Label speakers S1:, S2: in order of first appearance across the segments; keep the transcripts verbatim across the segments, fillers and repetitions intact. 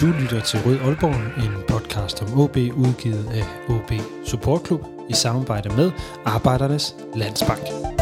S1: Du lytter til Rød Aalborg, en podcast om O B udgivet af O B Support Club i samarbejde med Arbejdernes Landsbank.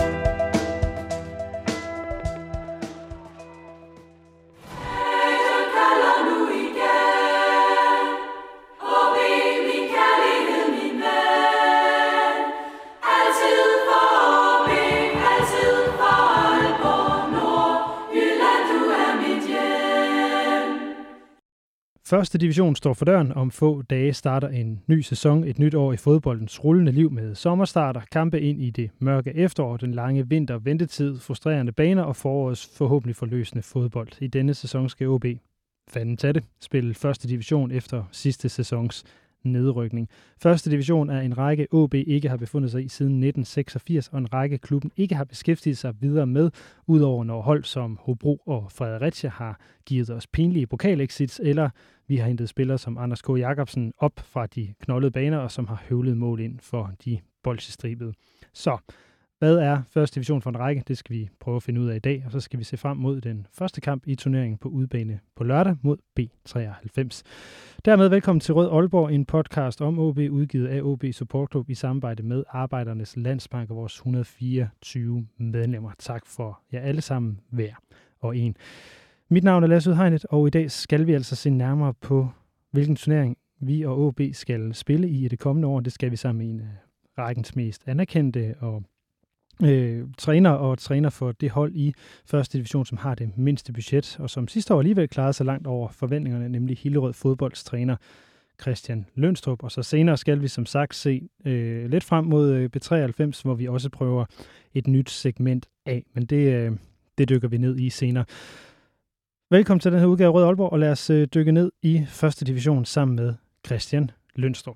S1: Første division står for døren. Om få dage starter en ny sæson, et nyt år i fodboldens rullende liv med sommerstarter, kampe ind i det mørke efterår, den lange vinter, ventetid, frustrerende baner og forårets forhåbentlig forløsende fodbold. I denne sæson skal O B, fanden tage det, spille første division efter sidste sæsons nedrykning. Første division er en række O B ikke har befundet sig i siden nitten seksogfirs, og en række klubben ikke har beskæftiget sig videre med, udover når hold som Hobro og Fredericia har givet os pinlige pokalexits, eller vi har hentet spillere som Anders K. Jacobsen op fra de knoldede baner, og som har høvlet mål ind for de bolsjestribede. Så hvad er første division for en række? Det skal vi prøve at finde ud af i dag, og så skal vi se frem mod den første kamp i turneringen på udebane på lørdag mod B treoghalvfems. Dermed velkommen til Rød Aalborg, en podcast om O B udgivet af O B Support Club i samarbejde med Arbejdernes Landsbank og vores et hundrede og fireogtyve medlemmer. Tak for jer alle sammen hver og en. Mit navn er Lasse Udhegnet, og i dag skal vi altså se nærmere på, hvilken turnering vi og O B skal spille i i det kommende år. Det skal vi sammen med en af rækkens mest anerkendte og øh, træner og træner for det hold i første division, som har det mindste budget, og som sidste år alligevel klarede sig langt over forventningerne, nemlig Hillerød fodbolds træner Christian Lønstrup. Og så senere skal vi som sagt se øh, lidt frem mod øh, B treoghalvfems, hvor vi også prøver et nyt segment af, men det, øh, det dykker vi ned i senere. Velkommen til den her udgave af Rød Aalborg, og lad os øh, dykke ned i første division sammen med Christian Lønstrup.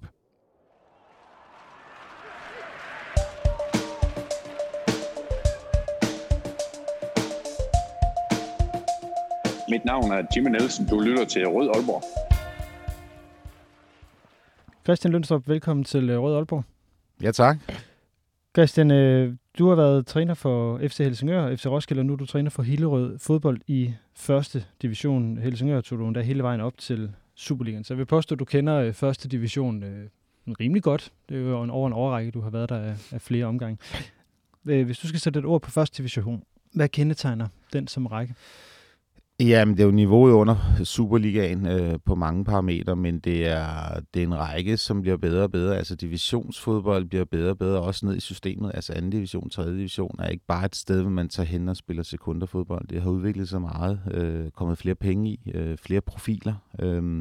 S2: Mit navn er Jimmy Nielsen. Du lytter til Rød Aalborg.
S1: Christian Lønstrup, velkommen til øh, Rød Aalborg.
S3: Ja, tak.
S1: Christian, øh, du har været træner for F C Helsingør og F C Roskilde, og nu er du træner for Hillerød fodbold i første division. Helsingør tog du endda hele vejen op til Superligaen. Så jeg vil påstå, at du kender øh, første division øh, rimelig godt. Det er jo en over en overrække, du har været der af, af flere omgange. Øh, hvis du skal sætte et ord på første division, hvad kendetegner den som række?
S3: Jamen, det er jo niveauet under Superligaen øh, på mange parametre, men det er, det er en række, som bliver bedre og bedre. Altså divisionsfodbold bliver bedre og bedre, også ned i systemet. Altså anden division, tredje division er ikke bare et sted, hvor man tager hen og spiller sekunderfodbold. Det har udviklet sig meget, øh, kommet flere penge i, øh, flere profiler, øh,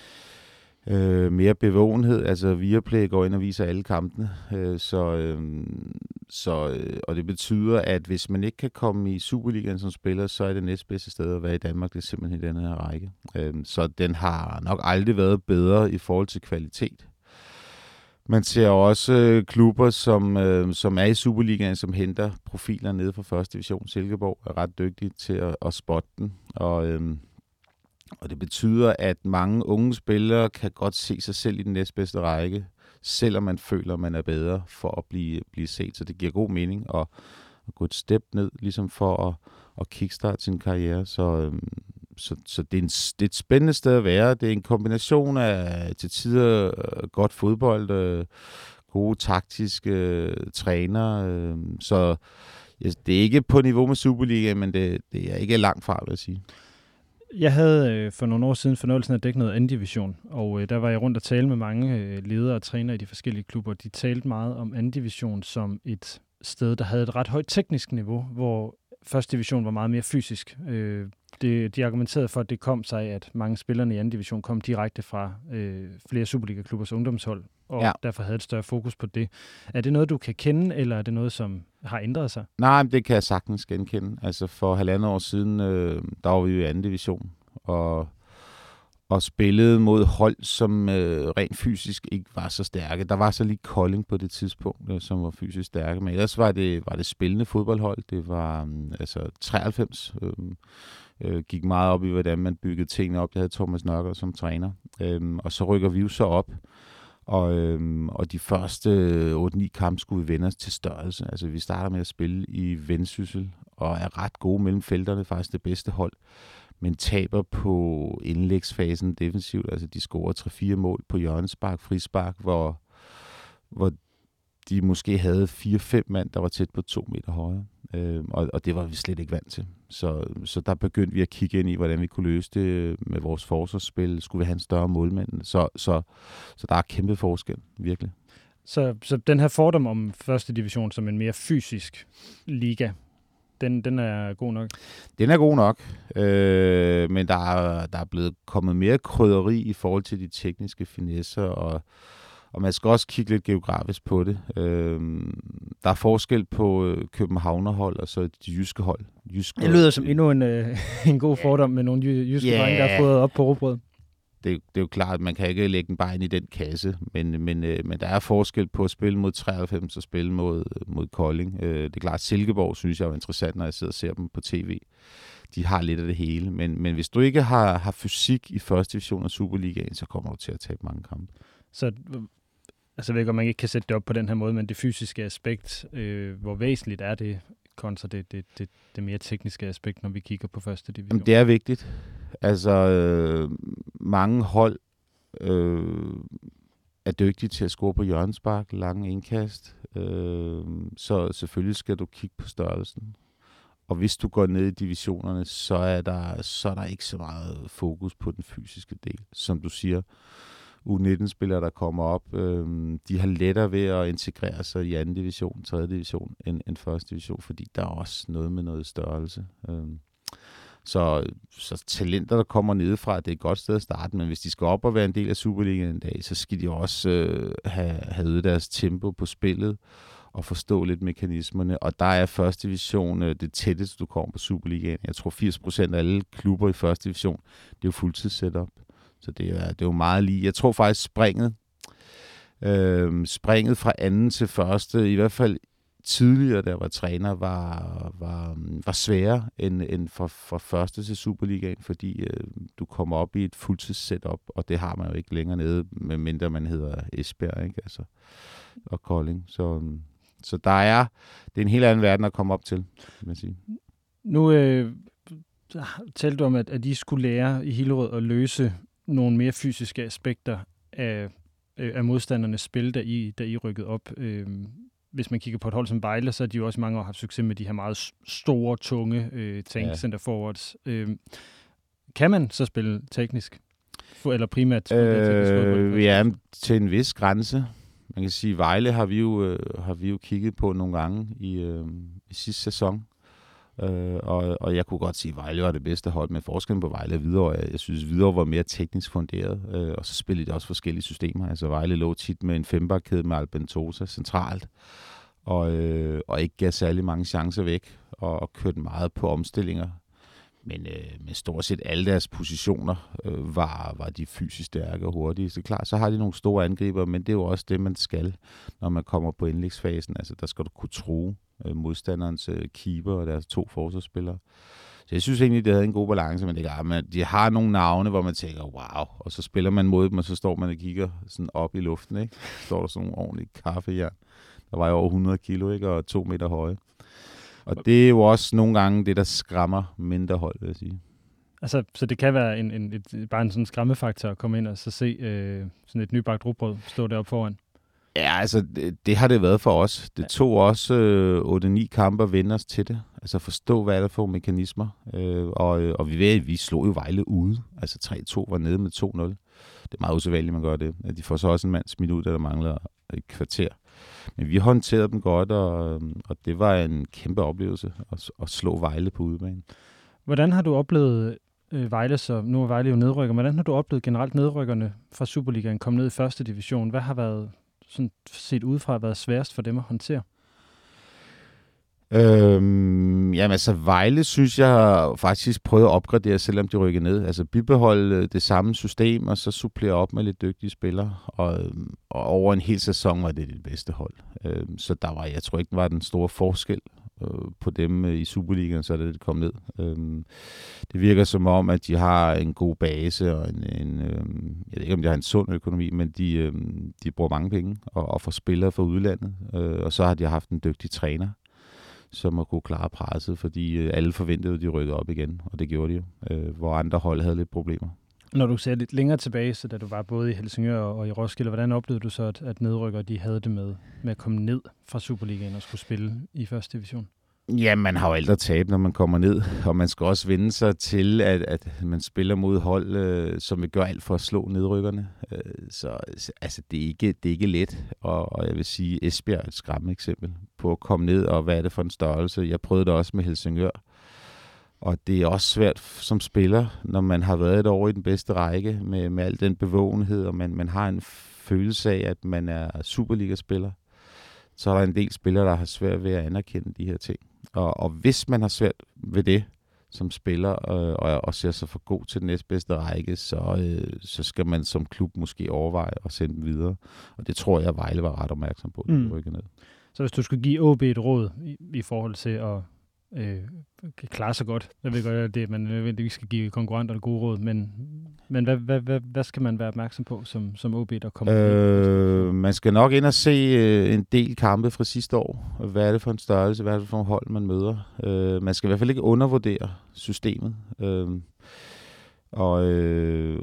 S3: øh, mere bevågenhed. Altså Viaplay går ind og viser alle kampene, øh, så... Øh, Så, øh, og det betyder, at hvis man ikke kan komme i Superligaen som spiller, så er det næstbedste sted at være i Danmark. Det er simpelthen i denne her række. Øhm, så den har nok aldrig været bedre i forhold til kvalitet. Man ser også øh, klubber, som, øh, som er i Superligaen, som henter profiler nede fra første division. Silkeborg er ret dygtig til at, at spotte den. Og, øhm, og det betyder, at mange unge spillere kan godt se sig selv i den næstbedste række, selvom man føler, at man er bedre for at blive, blive set. Så det giver god mening at, at gå et step ned, ligesom for at, at kickstarte sin karriere. Så, så, så det, er en, det er et spændende sted at være. Det er en kombination af til tider godt fodbold, gode taktiske træner. Så ja, det er ikke på niveau med Superliga, men det, det er ikke langt fra, vil jeg sige.
S1: Jeg havde øh, for nogle år siden fornøjelsen af at dække noget anden division, og øh, der var jeg rundt og tale med mange øh, ledere og trænere i de forskellige klubber. De talte meget om anden division som et sted, der havde et ret højt teknisk niveau, hvor første division var meget mere fysisk. Øh, det, de argumenterede for, at det kom sig, at mange spillerne i anden division kom direkte fra øh, flere Superliga-klubbers ungdomshold, og ja. Derfor havde et større fokus på det. Er det noget, du kan kende, eller er det noget, som har ændret sig?
S3: Nej, det kan jeg sagtens genkende. Altså for halvandet år siden, øh, der var vi jo i anden division, og, og spillede mod hold, som øh, rent fysisk ikke var så stærke. Der var så lige Kolding på det tidspunkt, øh, som var fysisk stærke, men ellers var det, var det spillende fodboldhold. Det var øh, altså treoghalvfems, øh, øh, gik meget op i, hvordan man byggede tingene op. Jeg havde Thomas Nørgaard som træner, øh, og så rykker vi jo så op. Og, øhm, og de første otte ni kampe skulle vi vende os til størrelse. Altså vi starter med at spille i Vendsyssel og er ret gode mellem felterne, faktisk det bedste hold. men taber på indlægsfasen defensivt. Altså, de scorer tre fire mål på hjørnespark, frispark, hvor, hvor de måske havde fire fem mand, der var tæt på to meter højere. Øh, og, og det var vi slet ikke vant til. Så, så der begyndte vi at kigge ind i, hvordan vi kunne løse det med vores forsvarsspil. Skulle vi have en større målmand? Så, så, så der er kæmpe forskel, virkelig.
S1: Så, så den her fordom om første division som en mere fysisk liga, den, den er god nok?
S3: Den er god nok, øh, men der er, der er blevet kommet mere krydderi i forhold til de tekniske finesser, og, og man skal også kigge lidt geografisk på det. Øh, der er forskel på københavnerhold og så de jyske hold. Jyske
S1: det lyder som endnu en, øh, en god fordom med nogle jyske
S3: yeah.
S1: drenge, der har fået op på rugbrød.
S3: Det, det er jo klart, at man kan ikke lægge den bare ind i den kasse, men, men, men der er forskel på at spille mod treoghalvfems og spille mod, mod Kolding. Det er klart, Silkeborg synes jeg er interessant, når jeg sidder og ser dem på tv. De har lidt af det hele, men, men hvis du ikke har, har fysik i første division af Superligaen, så kommer du til at tabe mange kampe.
S1: Så altså, jeg ved ikke, om man ikke kan sætte det op på den her måde, men det fysiske aspekt, øh, hvor væsentligt er det kontra det, det, det, det mere tekniske aspekt, når vi kigger på første division?
S3: Jamen, det er vigtigt. Altså, øh, mange hold øh, er dygtige til at score på hjørnespark, lange indkast. Øh, så selvfølgelig skal du kigge på størrelsen. Og hvis du går ned i divisionerne, så er der, så er der ikke så meget fokus på den fysiske del. Som du siger, U nitten-spillere, der kommer op, øh, de har lettere ved at integrere sig i anden division, tredje division end, end første division, fordi der er også noget med noget størrelse. Øh. Så, så talenter, der kommer nedefra, det er et godt sted at starte, men hvis de skal op og være en del af Superligaen en dag, så skal de også øh, have, have øget deres tempo på spillet og forstå lidt mekanismerne. Og der er første division øh, det tætteste, du kommer på Superligaen. Jeg tror firs procent af alle klubber i første division, det er jo fuldtidssetup. Så det er, det er jo meget lige. Jeg tror faktisk springet, øh, springet fra anden til første, i hvert fald tidligere, der var træner, var, var, var sværere end, end fra, fra første til Superligaen, fordi øh, du kommer op i et fuldtidssetup, og det har man jo ikke længere nede, medmindre man hedder Esbjerg, ikke? Altså, og Kolding. Så, så der er, det er en helt anden verden at komme op til, kan man sige.
S1: Nu øh, talte du om, at, at I skulle lære i Hillerød at løse nogle mere fysiske aspekter af, af modstandernes spil, da I, da I rykkede op. Øh, Hvis man kigger på et hold som Vejle, så har de jo også mange år haft succes med de her meget store, tunge øh, tank center forwards. Øh, kan man så spille teknisk? Eller primært spille
S3: øh,
S1: teknisk fodbold?
S3: Ja, til en vis grænse. Man kan sige, Vejle har vi jo, øh, har vi jo kigget på nogle gange i, øh, i sidste sæson. Øh, og, og jeg kunne godt sige, at Vejle var det bedste hold, med forskellen på Vejle og Hvidovre. Jeg, jeg synes, Hvidovre var mere teknisk funderet, øh, og så spillede de også forskellige systemer. Altså Vejle lå tit med en fembakkæde med Albentosa centralt, og, øh, og ikke gav særlig mange chancer væk, og, og kørte meget på omstillinger. Men øh, med stort set alle deres positioner øh, var, var de fysisk stærke og hurtige. Så klart, så har de nogle store angriber, men det er jo også det, man skal, når man kommer på indlægsfasen. Altså, der skal du kunne true øh, modstanderens øh, keeper og deres to forsvarsspillere. Så jeg synes egentlig, det havde en god balance, men det er, man, de har nogle navne, hvor man tænker, wow, og så spiller man mod dem, og så står man og kigger sådan op i luften, ikke? Så står der sådan nogle ordentlige kaffejern. Der var jo over hundrede kilo, ikke? Og to meter høje. Og det er jo også nogle gange det, der skræmmer mindre hold, vil jeg sige.
S1: Altså, så det kan være en, en, et, bare en sådan skræmmefaktor at komme ind og så se øh, sådan et nybagt rugbrød stå deroppe foran?
S3: Ja, altså, det, det har det været for os. Det tog også øh, otte ni kampe at vende os til det. Altså forstå, hvad er der for mekanismer. Øh, og, og vi ved, vi slog jo Vejle ude. Altså tre to var nede med to nul. Det er meget usædvanligt, man gør det. De får så også en mands minut, der mangler et kvarter. Men vi håndterede dem godt, og, og det var en kæmpe oplevelse at, at slå Vejle på udebane.
S1: Hvordan har du oplevet øh, Vejle, så nu er Vejle jo nedrykker, hvordan har du oplevet generelt nedrykkerne fra Superligaen komme ned i første division? Hvad har været sådan set udefra været sværest for dem at håndtere?
S3: Øhm, jamen altså, Vejle synes jeg faktisk prøvede at opgradere, selvom de rykkede ned. Altså bibeholde det samme system, og så supplere op med lidt dygtige spillere. Og, og over en hel sæson var det det bedste hold. Øhm, så der var, jeg tror ikke, der var den store forskel øh, på dem i Superligaen, så er det, det kom ned. Øhm, det virker som om, at de har en god base, og en, en øhm, jeg ved ikke, om de har en sund økonomi, men de, øhm, de bruger mange penge og, og får spillere fra udlandet. Øh, og så har de haft en dygtig træner. som at kunne klare presset, fordi øh, alle forventede, at de rykkede op igen, og det gjorde de jo, øh, hvor andre hold havde lidt problemer.
S1: Når du ser lidt længere tilbage, så da du var både i Helsingør og i Roskilde, hvordan oplevede du så, at, at nedrykker de havde det med, med at komme ned fra Superligaen og skulle spille i første division?
S3: Ja, man har jo aldrig tabt, når man kommer ned, og man skal også vende sig til, at, at man spiller mod hold, øh, som vil gøre alt for at slå nedrykkerne. Øh, så altså, det, er ikke, det er ikke let, og, og jeg vil sige, Esbjerg er et skræmmende eksempel på at komme ned, og hvad er det for en størrelse. Jeg prøvede det også med Helsingør, og det er også svært som spiller, når man har været et år i den bedste række, med, med al den bevågenhed, og man, man har en følelse af, at man er Superliga-spiller. Så er der en del spillere, der har svært ved at anerkende de her ting. Og, og hvis man har svært ved det som spiller, øh, og, og ser sig for god til den næstbedste række, så, øh, så skal man som klub måske overveje at sende dem videre. Og det tror jeg, Vejle var ret opmærksom på, at de rykker ned.
S1: Så hvis du skulle give O B et råd i, i forhold til at øh, klare sig godt, jeg ved godt, at det, man nødvendigvis skal give konkurrenterne gode råd, men, men hvad, hvad, hvad, hvad skal man være opmærksom på som, som O B, der kommer
S3: øh, Man skal nok ind og se øh, en del kampe fra sidste år. Hvad er det for en størrelse? Hvad er det for en hold, man møder? Øh, man skal i hvert fald ikke undervurdere systemet. Øh, og, øh,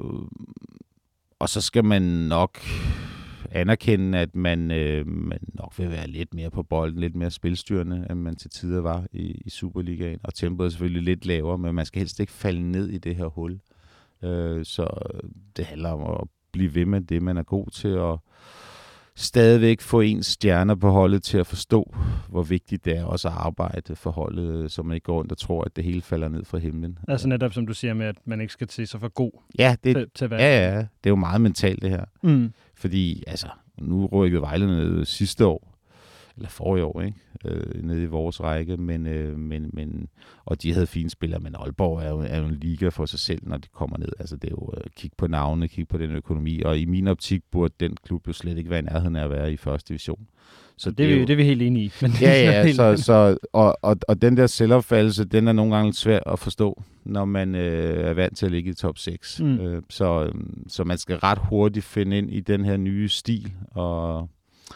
S3: og så skal man nok anerkende, at man, øh, man nok vil være lidt mere på bolden, lidt mere spilstyrende, end man til tider var i, i Superligaen. Og tempoet er selvfølgelig lidt lavere, men man skal helst ikke falde ned i det her hul. Øh, så det handler om at blive ved med det, man er god til, og stadigvæk få ens stjerner på holdet til at forstå, hvor vigtigt det er også at arbejde for holdet, så man ikke går rundt og tror, at det hele falder ned fra himlen.
S1: Altså netop som du siger med, at man ikke skal se sig for god
S3: ja, det,
S1: til, til at være.
S3: Ja, ja, det er jo meget mentalt det her.
S1: Mm.
S3: Fordi altså, nu rykkede Vejle ned sidste år, eller forrige år, ikke? Øh, nede i vores række, men, øh, men, men, og de havde fine spillere, men Aalborg er jo, er jo en liga for sig selv, når de kommer ned. Altså det er jo øh, kig på navne, kig på den økonomi, og i min optik burde den klub jo slet ikke være i nærheden af at være i første division. Så
S1: det, det, er jo, det er vi helt enige i. Men
S3: ja, ja, så, så, og, og, og den der selvopfattelse, den er nogle gange lidt svær at forstå, når man øh, er vant til at ligge i top seks. Mm. Øh, så, så man skal ret hurtigt finde ind i den her nye stil, og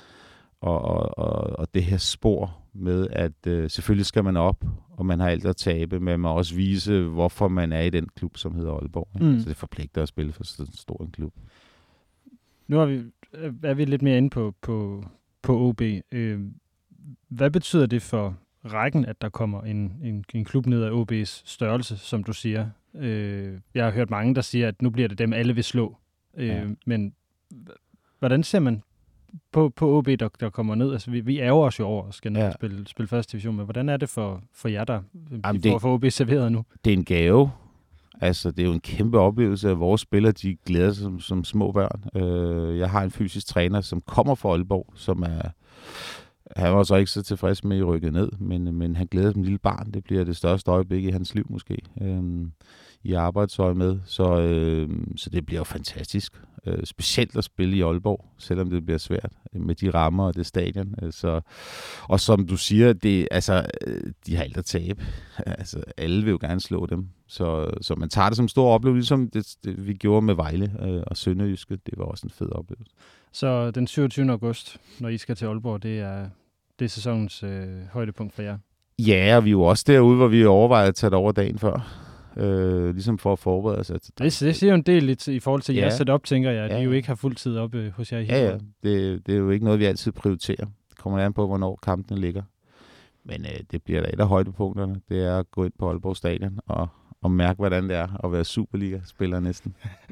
S3: Og, og, og, og det her spor med, at øh, selvfølgelig skal man op, og man har alt at tabe, men man må også vise, hvorfor man er i den klub, som hedder Aalborg. Mm. Så det forpligter at spille for så stor en klub.
S1: Nu er vi, er vi lidt mere inde på, på, på O B. Øh, hvad betyder det for rækken, at der kommer en, en, en klub ned af O B's størrelse, som du siger? Øh, jeg har hørt mange, der siger, at nu bliver det dem, alle vil slå. Øh, ja. Men hvordan ser man på, på O B, der, der kommer ned? Altså, vi, vi ærger os jo over at skal ned ja. og spille, spille første division, men hvordan er det for, for jer, der Jamen, får, det, får O B serveret nu?
S3: Det er en gave. Altså, det er jo en kæmpe oplevelse, at vores spillere, de glæder sig som, som små børn. Øh, jeg har en fysisk træner, som kommer fra Aalborg, som er... Han var så ikke så tilfreds med, at I rykkede ned, men, men han glæder som lille barn. Det bliver det største øjeblik i hans liv måske, øh, i arbejdsøje med. Så, øh, så det bliver jo fantastisk. Øh, specielt at spille i Aalborg, selvom det bliver svært med de rammer og det stadion. Øh, så, og som du siger, det, altså, de har alt at tabe. Altså, alle vil jo gerne slå dem. Så, så man tager det som stor oplevelse, ligesom det, det, vi gjorde med Vejle øh, og Sønderjyske. Det var også en fed oplevelse.
S1: Så den syvogtyvende august, når I skal til Aalborg, det er, det er sæsonens øh, højdepunkt for jer?
S3: Ja, og vi er jo også derude, hvor vi overvejer at tage det over dagen før. Øh, ligesom for at forberede sig til
S1: det. Det siger jo en del lidt i forhold til ja. jeres setup, tænker jeg, at ja. I jo ikke har fuld tid oppe hos jer i
S3: Ja, ja. Det, det er jo ikke noget, vi altid prioriterer. Det kommer an på, hvornår kampene ligger. Men øh, det bliver da et af højdepunkterne. Det er at gå ind på Aalborg Stadion og, og mærke, hvordan det er at være Superliga-spiller næsten.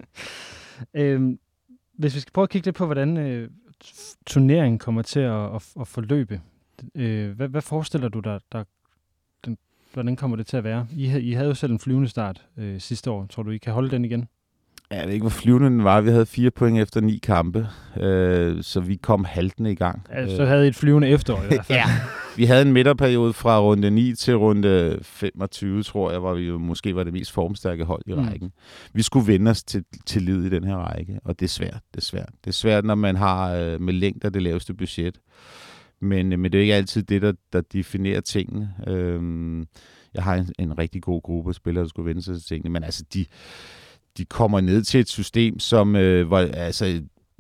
S1: øhm, hvis vi skal prøve at kigge lidt på, hvordan øh, turneringen kommer til at, at, at forløbe. Øh, hvad, hvad forestiller du dig, der hvordan kommer det til at være? I, I havde jo selv en flyvende start øh, sidste år. Tror du, I kan holde den igen?
S3: Ja, jeg ved ikke, hvor flyvende den var. Vi havde fire point efter ni kampe, øh, så vi kom haltende i gang.
S1: Ja, så havde I et flyvende efterår i hvert fald.
S3: Ja, vi havde en midterperiode fra runde ni til runde femogtyve, tror jeg, hvor vi jo måske var det mest formstærke hold i rækken. Mm. Vi skulle vende os til, til livet i den her række, og det er svært. Det er svært, det er svært når man har øh, med længder det laveste budget. Men, men det er jo ikke altid det, der, der definerer tingene. Øhm, jeg har en, en rigtig god gruppe af spillere, der skulle vende sig til tingene, men altså, de, de kommer ned til et system, som øh, var, altså,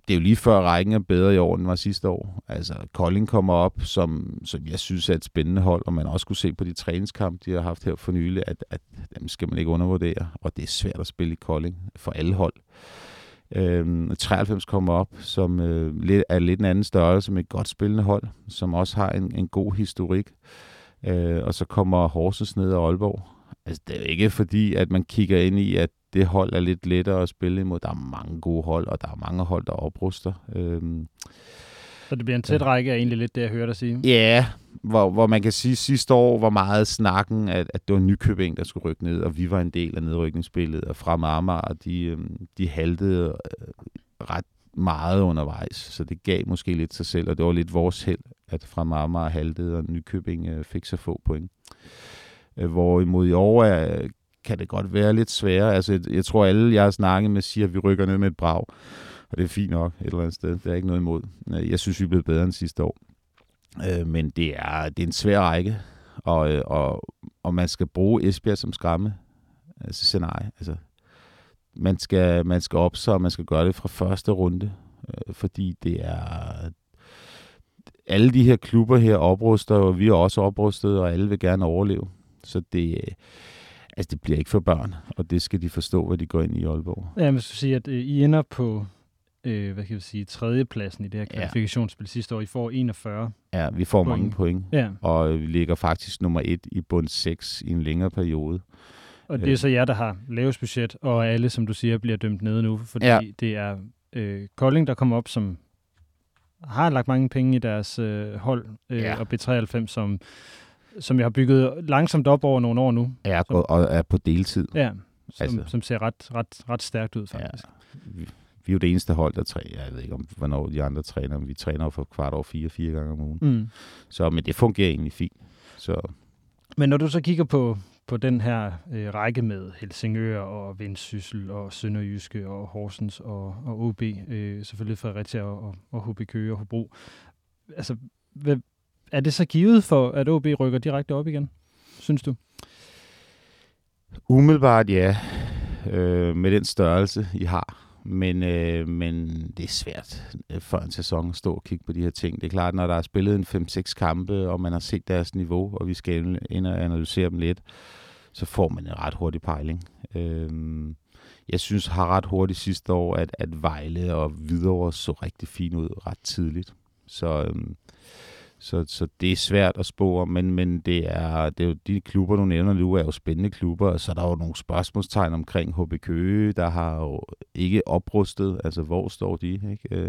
S3: det er jo lige før rækken er bedre i år, end var sidste år. Altså, Kolding kommer op, som, som jeg synes er et spændende hold, og man også kunne se på de træningskampe, de har haft her for nylig, at, at dem skal man ikke undervurdere, og det er svært at spille i Kolding for alle hold. Øhm, treoghalvfems kommer op, som øh, lidt, er lidt en anden størrelse med et godt spillende hold, som også har en, en god historik. Øh, og så kommer Horsens ned af Aalborg. Altså, det er jo ikke fordi, at man kigger ind i, at det hold er lidt lettere at spille imod. Der er mange gode hold, og der er mange hold, der opruster. Øhm,
S1: så det bliver en tæt række, er egentlig lidt det, jeg hørte dig sige.
S3: Ja, hvor, hvor man kan sige, at sidste år var meget snakken, at, at det var Nykøbing, der skulle rykke ned, og vi var en del af nedrykningsspillet. Og fra Amager, de, de haltede ret meget undervejs, så det gav måske lidt sig selv, og det var lidt vores held, at fra Amager haltede, og Nykøbing fik så få point. Hvorimod i år er, kan det godt være lidt sværere. Altså, jeg, jeg tror, alle, jeg har snakket med, siger, at vi rykker ned med et brag. Og det er fint nok et eller andet sted. Det er ikke noget imod. Jeg synes, vi er blevet bedre end sidste år. Men det er, det er en svær række, og, og, og man skal bruge Esbjerg som skræmme altså scenarie. Altså, man, skal, man skal op, så man skal gøre det fra første runde, fordi det er... Alle de her klubber her opruster, og vi er også oprustet, og alle vil gerne overleve. Så det, altså det bliver ikke for børn, og det skal de forstå, hvad de går ind i Aalborg.
S1: Ja, man skal sige, at øh, I ender på øh, hvad kan jeg sige, tredjepladsen i det her kvalifikationsspil ja. sidste år. I får enogfyrre.
S3: Ja, vi får
S1: point.
S3: mange point, ja. Og vi ligger faktisk nummer et i bund seks i en længere periode.
S1: Og det er så jer, der har lavest budget, og alle, som du siger, bliver dømt nede nu, fordi ja. det er øh, Kolding, der kommer op, som har lagt mange penge i deres øh, hold, øh, ja. og B treoghalvfems, som, som jeg har bygget langsomt op over nogle år nu.
S3: Ja, som, og er på deltid.
S1: Ja, som, altså. som ser ret, ret, ret stærkt ud, faktisk.
S3: Ja. Vi, vi er jo det eneste hold, der træner. Jeg ved ikke, om, hvornår de andre træner. Vi træner jo for kvart over fire, fire gange om ugen. Mm. Så, men det fungerer egentlig fint. Så.
S1: Men når du så kigger på, på den her øh, række med Helsingør og Vendsyssel og Sønderjyske og Horsens og, og O B, øh, selvfølgelig Fredericia og, og H B Køge og Hobro. Altså, hvad, er det så givet for, at O B rykker direkte op igen, synes du?
S3: Umiddelbart ja, øh, med den størrelse, I har. Men, øh, men det er svært for en sæson at stå og kigge på de her ting. Det er klart, når der er spillet en fem seks kampe, og man har set deres niveau, og vi skal ind og analysere dem lidt, så får man en ret hurtig pejling. Øh, jeg synes, har ret hurtigt sidste år, at, at Vejle og Hvidovre så rigtig fint ud ret tidligt. Så, øh, så, så det er svært at spå om, men, men det, er, det er jo de klubber, du nævner nu, er jo spændende klubber, og så er der jo nogle spørgsmålstegn omkring H B Køge, der har jo ikke oprustet, altså hvor står de, ikke? Øh,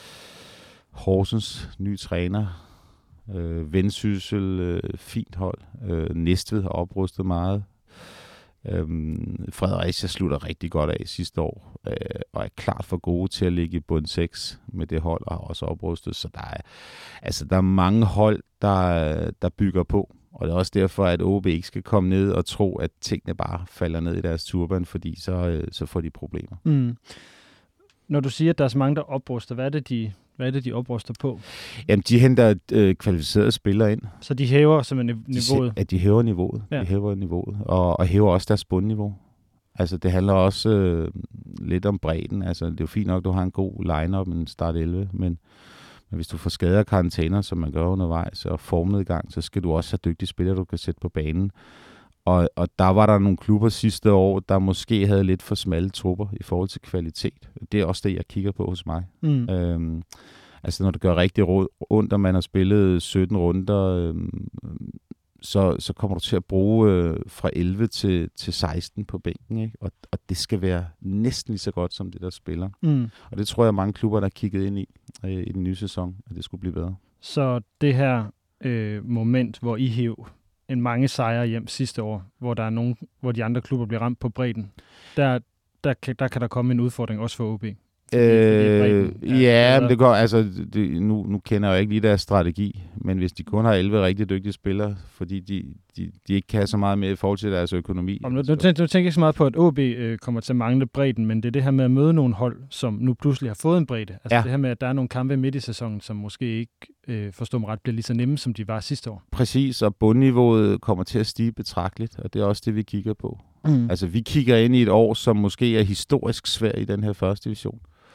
S3: Horsens, ny træner, øh, Vendsyssel, øh, fint hold, øh, Næstved har oprustet meget, Øhm, Fredericia slutter rigtig godt af sidste år, øh, og er klart for gode til at ligge i bund seks med det hold, og har også oprustet, så der er, altså, der er mange hold, der, der bygger på, og det er også derfor, at O B ikke skal komme ned og tro, at tingene bare falder ned i deres turban, fordi så, øh, så får de problemer. Mm.
S1: Når du siger, at der er så mange, der opruster, hvad er det, de, hvad er det, de opruster på?
S3: Jamen, de henter øh, kvalificerede spillere ind.
S1: Så de hæver simpelthen niveauet?
S3: De, ja, de hæver niveauet. Ja. De hæver niveauet, og, og hæver også deres bundniveau. Altså, det handler også øh, lidt om bredden. Altså, det er jo fint nok, at du har en god line-up, en start elleve, men, men hvis du får skader og karantæner, som man gør undervejs, og formnedgang, så skal du også have dygtige spillere, du kan sætte på banen. Og, og der var der nogle klubber sidste år, der måske havde lidt for smalle trupper i forhold til kvalitet. Det er også det, jeg kigger på hos mig. Mm. Øhm, altså når det gør rigtig ondt, og man har spillet sytten runder, øhm, så, så kommer du til at bruge øh, fra elleve til, til seksten på bænken. Ikke? Og, og det skal være næsten lige så godt som det, der spiller. Mm. Og det tror jeg, mange klubber, der har kigget ind i øh, i den nye sæson, at det skulle blive bedre.
S1: Så det her øh, moment, hvor I hæv en mange sejre hjem sidste år, hvor der er nogen, hvor de andre klubber bliver ramt på bredden, der, der, kan, der kan der komme en udfordring også for O B.
S3: Øh, ja, men det går, altså, det, nu, nu kender jeg jo ikke lige deres strategi, men hvis de kun har elleve rigtig dygtige spillere, fordi de, de, de ikke kan så meget mere i forhold til deres økonomi.
S1: Nu, nu, nu tænker jeg ikke så meget på, at O B øh, kommer til at mangle bredden, men det er det her med at møde nogle hold, som nu pludselig har fået en bredde. Altså ja. Det her med, at der er nogle kampe midt i sæsonen, som måske ikke, øh, forstår mig ret, bliver lige så nemme, som de var sidste år.
S3: Præcis, og bundniveauet kommer til at stige betragteligt, og det er også det, vi kigger på. Mm. Altså, vi kigger ind i et år, som måske er historisk svært i den her første division.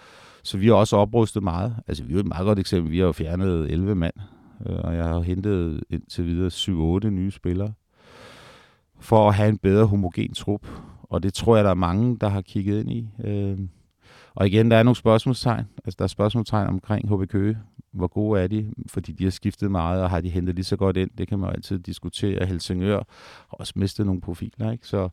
S3: Så vi har også oprustet meget. Altså, vi er jo et meget godt eksempel. Vi har jo fjernet elleve mand, øh, og jeg har hentet indtil videre syv otte nye spillere, for at have en bedre homogen trup. Og det tror jeg, der er mange, der har kigget ind i. Øh, og igen, der er nogle spørgsmålstegn. Altså, der er spørgsmålstegn omkring H B Køge. Hvor gode er de? Fordi de har skiftet meget, og har de hentet lige så godt ind? Det kan man jo altid diskutere. Helsingør har også mistet nogle profiler, ikke? Så,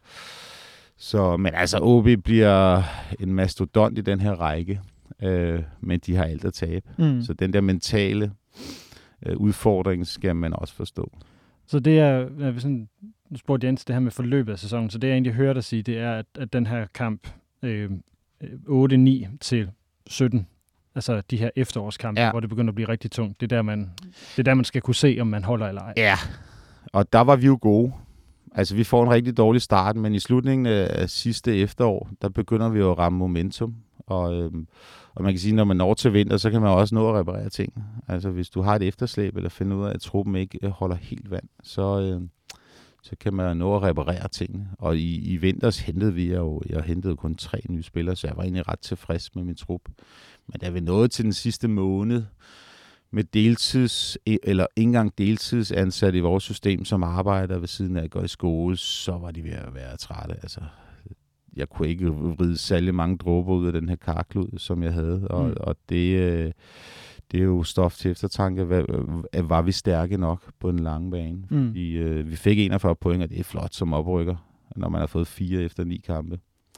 S3: så, men altså, O B bliver en mastodont i den her række. Øh, men de har alt at tabe. Mm. Så den der mentale øh, udfordring skal man også forstå.
S1: Så det er, er sådan, nu spurgte Jens det her med forløbet af sæsonen, så det jeg egentlig hører dig sige, det er, at, at den her kamp øh, otte ni til sytten, altså de her efterårskampe, ja. Hvor det begynder at blive rigtig tungt, det er, der, man, det er der, man skal kunne se, om man holder eller ej.
S3: Ja, og der var vi jo gode. Altså, vi får en rigtig dårlig start, men i slutningen af sidste efterår, der begynder vi jo at ramme momentum. Og, øhm, og man kan sige, når man når til vinter, så kan man også nå at reparere ting. Altså, hvis du har et efterslæb, eller finder ud af, at truppen ikke holder helt vand, så, øhm, så kan man nå at reparere tingene. Og i, i vinters hentede vi jo, jeg hentede kun tre nye spillere, så jeg var egentlig ret tilfreds med min trup. Men da vi nåede til den sidste måned, med deltids, eller ikke engang deltidsansat i vores system, som arbejder ved siden af at gå i skole, så var de ved at være trætte. Altså, jeg kunne ikke vride særlig mange dråber ud af den her karklud, som jeg havde. Og, mm. og det, det er jo stof til eftertanke. Var vi stærke nok på en lang bane? Mm. I, vi fik enogfyrre point, og det er flot som oprykker, når man har fået fire efter ni kampe.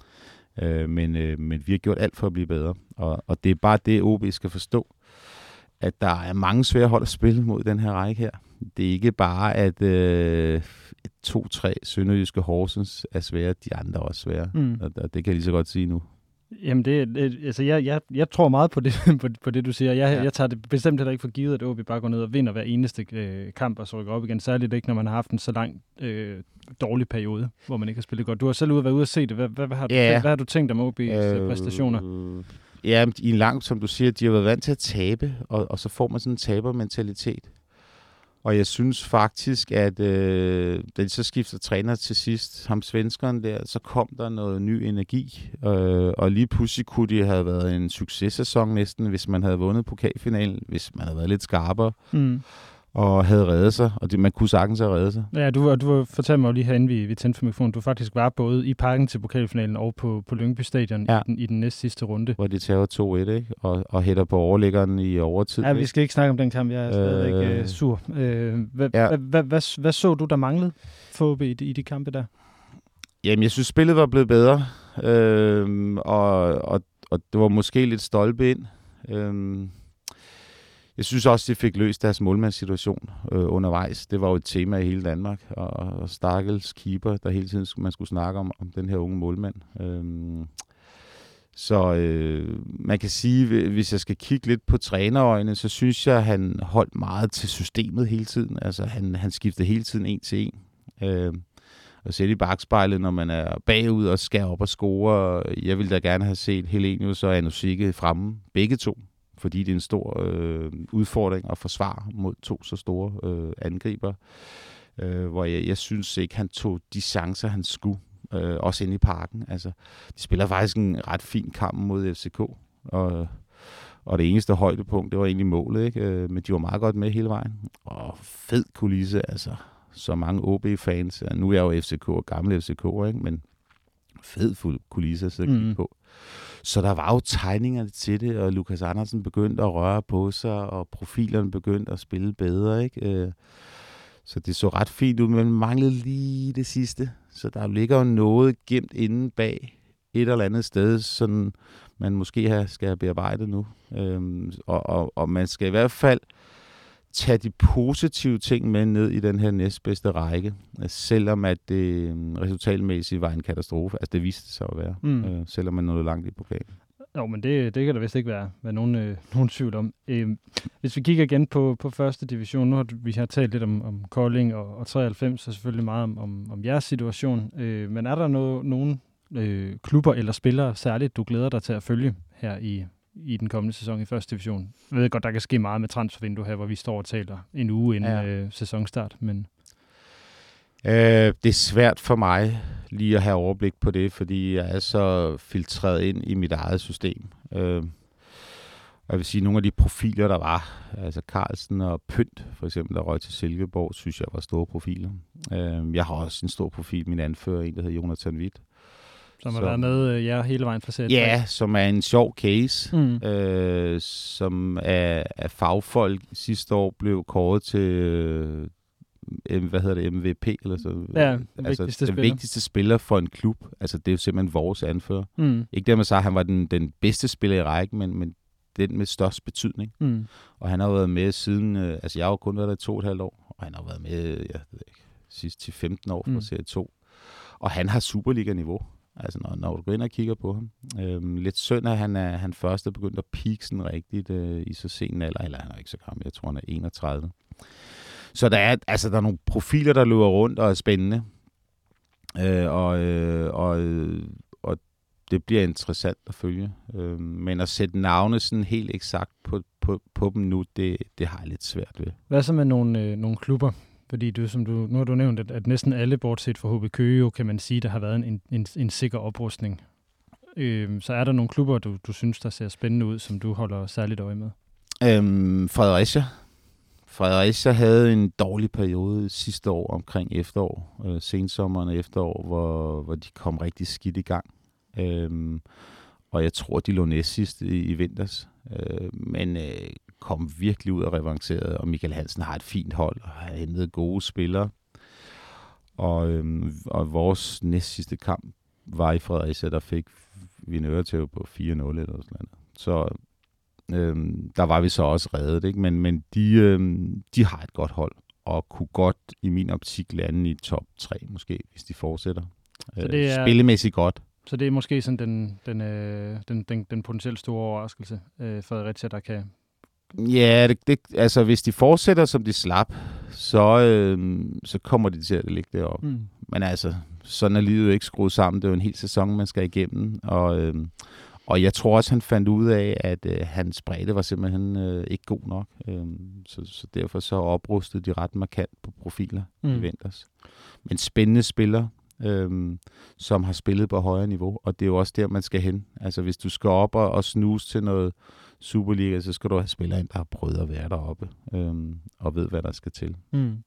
S3: Men, men vi har gjort alt for at blive bedre. Og, og det er bare det, O B skal forstå, at der er mange svære hold at spille mod den her række her. Det er ikke bare, at øh, to-tre sønderjyske Horsens er svære, de andre er også svære. Mm. Og, og det kan jeg lige så godt sige nu.
S1: Jamen, det, altså jeg, jeg, jeg tror meget på det, på, på det du siger. Jeg, ja. jeg tager det bestemt heller ikke for givet, at O B bare går ned og vinder hver eneste øh, kamp og så rykker op igen. Særligt ikke, når man har haft en så lang øh, dårlig periode, hvor man ikke har spillet godt. Du har selv ude været ude at se det. Hvad, hvad, hvad, har, du, ja. hvad, hvad har du tænkt om O B's øh, præstationer?
S3: Ja, i en lang, som du siger, de har været vant til at tabe, og, og så får man sådan en tabermentalitet. Og jeg synes faktisk, at øh, da de så skifter træner til sidst, ham svenskeren der, så kom der noget ny energi. Øh, og lige pludselig kunne det have været en successæson næsten, hvis man havde vundet pokalfinalen, hvis man havde været lidt skarpere. Mm. Og havde reddet sig, og det, man kunne sagtens have reddet sig.
S1: Ja, du, du fortalte mig jo lige herinde, vi, vi tændte for mikrofonen, du faktisk var både i parken til pokalfinalen og på, på Lyngby Stadion ja. i, den, i den næste sidste runde.
S3: Hvor de tager to et, ikke? Og, og hætter på overliggeren i overtid.
S1: Ja, vi skal ikke snakke om den kamp, jeg er stadigvæk øh, sur. Øh, hvad, ja. hvad, hvad, hvad, hvad så du, der manglede for O B i de, i de kampe der?
S3: Jamen, jeg synes, spillet var blevet bedre, øh, og, og, og det var måske lidt stolpe ind. Øh, Jeg synes også, de fik løst deres målmandssituation øh, undervejs. Det var jo et tema i hele Danmark. Og, og Stakkels keeper, der hele tiden man skulle snakke om, om den her unge målmand. Øhm, så øh, man kan sige, hvis jeg skal kigge lidt på trænerøjne, så synes jeg, at han holdt meget til systemet hele tiden. Altså han, han skiftede hele tiden en til en. Øh, og sætte i bakspejlet, når man er bagud og skal op og score. Jeg ville da gerne have set Helenius og Anusike fremme, begge to. Fordi det er en stor øh, udfordring at forsvare mod to så store øh, angriber. Øh, hvor jeg, jeg synes ikke, han tog de chancer, han skulle, øh, også inde i parken. Altså, de spiller faktisk en ret fin kamp mod F C K. Og, og det eneste højdepunkt, det var egentlig målet, ikke? Øh, men de var meget godt med hele vejen. Og fed kulisse, altså. Så mange O B-fans. Nu er jeg jo F C K og gammel F C K, ikke? Men fed fuld kulisse at sidde og kigge på. Så der var jo tegninger til det, og Lukas Andersen begyndte at røre på sig, og profilerne begyndte at spille bedre, ikke? Så det så ret fint ud, men man manglede lige det sidste. Så der ligger jo noget gemt inde bag et eller andet sted, sådan man måske skal have bearbejdet nu. Og, og, og man skal i hvert fald tage de positive ting med ned i den her næstbedste række, selvom at det resultatmæssigt var en katastrofe. Altså det viste sig at være, mm. øh, selvom man nåede langt i pokalen.
S1: Jo, men det, det kan der vist ikke være, være nogen, øh, nogen tvivl om. Øh, hvis vi kigger igen på, på første division, nu har vi har talt lidt om, om Kolding og, og treoghalvfems, og selvfølgelig meget om, om, om jeres situation. Øh, men er der no, nogen øh, klubber eller spillere særligt, du glæder dig til at følge her i i den kommende sæson i første division? Jeg ved godt, der kan ske meget med transfervindue her, hvor vi står og taler en uge inden ja. øh, sæsonstart, men...
S3: Øh, det er svært for mig lige at have overblik på det, fordi jeg er så filtreret ind i mit eget system. Øh, jeg vil sige, nogle af de profiler, der var, altså Carlsen og Pynt, for eksempel, der røg til Silkeborg, synes jeg var store profiler. Øh, jeg har også en stor profil, min anfører, en der hedder Jonathan Witt.
S1: Som har været med øh, jer hele vejen fra sæt.
S3: Ja, som er en sjov case,
S1: mm.
S3: øh, som af, af fagfolk sidste år blev kåret til, øh, hvad hedder det, M V P, eller så.
S1: Ja,
S3: altså,
S1: vigtigste
S3: den
S1: spiller.
S3: vigtigste spiller for en klub. Altså, det er jo simpelthen vores anfører.
S1: Mm.
S3: Ikke dermed sagt, at han var den, den bedste spiller i rækken, men, men den med størst betydning.
S1: Mm.
S3: Og han har været med siden, øh, altså jeg har jo kun været der i to og et halvt år, og han har været med, jeg ved ikke, sidst til femten år for mm. serie to. Og han har Superliga-niveau. Altså, når, når du går ind og kigger på ham. Øhm, lidt synd, at han er han først er begyndt at peak sådan rigtigt øh, i så sen alder. Eller han er ikke så gammel, jeg tror, han er enogtredive. Så der er, altså, der er nogle profiler, der løber rundt og er spændende. Øh, og, øh, og, øh, og det bliver interessant at følge. Øh, men at sætte navne sådan helt eksakt på, på, på dem nu, det, det har jeg lidt svært ved.
S1: Hvad så med nogle, øh, nogle klubber? Fordi du, som du, nu har du nævnt, at, at næsten alle, bortset fra H B Køge, jo, kan man sige, der har været en, en, en sikker oprustning. Øh, så er der nogle klubber, du, du synes, der ser spændende ud, som du holder særligt øje med?
S3: Øhm, Fredericia. Fredericia havde en dårlig periode sidste år omkring efterår, øh, sensommeren og efterår, hvor, hvor de kom rigtig skidt i gang. Øhm, og jeg tror, de lå næst sidst i, i vinters. Øh, men øh, kom virkelig ud og revanceret, og Michael Hansen har et fint hold, og har hentet gode spillere. Og, øhm, og vores næst sidste kamp var i Fredericia, der fik vi en øretæve på fire nul eller sådan noget. Så øhm, der var vi så også reddet, ikke? Men, men de, øhm, de har et godt hold, og kunne godt i min optik lande i top tre måske, hvis de fortsætter.
S1: Så det er...
S3: Spillemæssigt godt.
S1: Så det er måske sådan den, den, øh, den, den, den potentielt store overraskelse, øh, Fredericia, der kan...
S3: Ja, det, det, altså hvis de fortsætter, som de slap, så, øh, så kommer de til at ligge deroppe. Mm. Men altså, sådan er livet jo ikke skruet sammen. Det er jo en hel sæson, man skal igennem. Og, øh, og jeg tror også, han fandt ud af, at øh, hans bredde var simpelthen øh, ikke god nok. Øh, så, så derfor så oprustede de ret markant på profiler mm. i vinters. Men spændende spillere, øh, som har spillet på højere niveau. Og det er jo også der, man skal hen. Altså hvis du skal op og, og snuse til noget Superliga, så skal du have spillere ind, der har prøvet at være deroppe, øhm, og ved, hvad der skal til. Mm.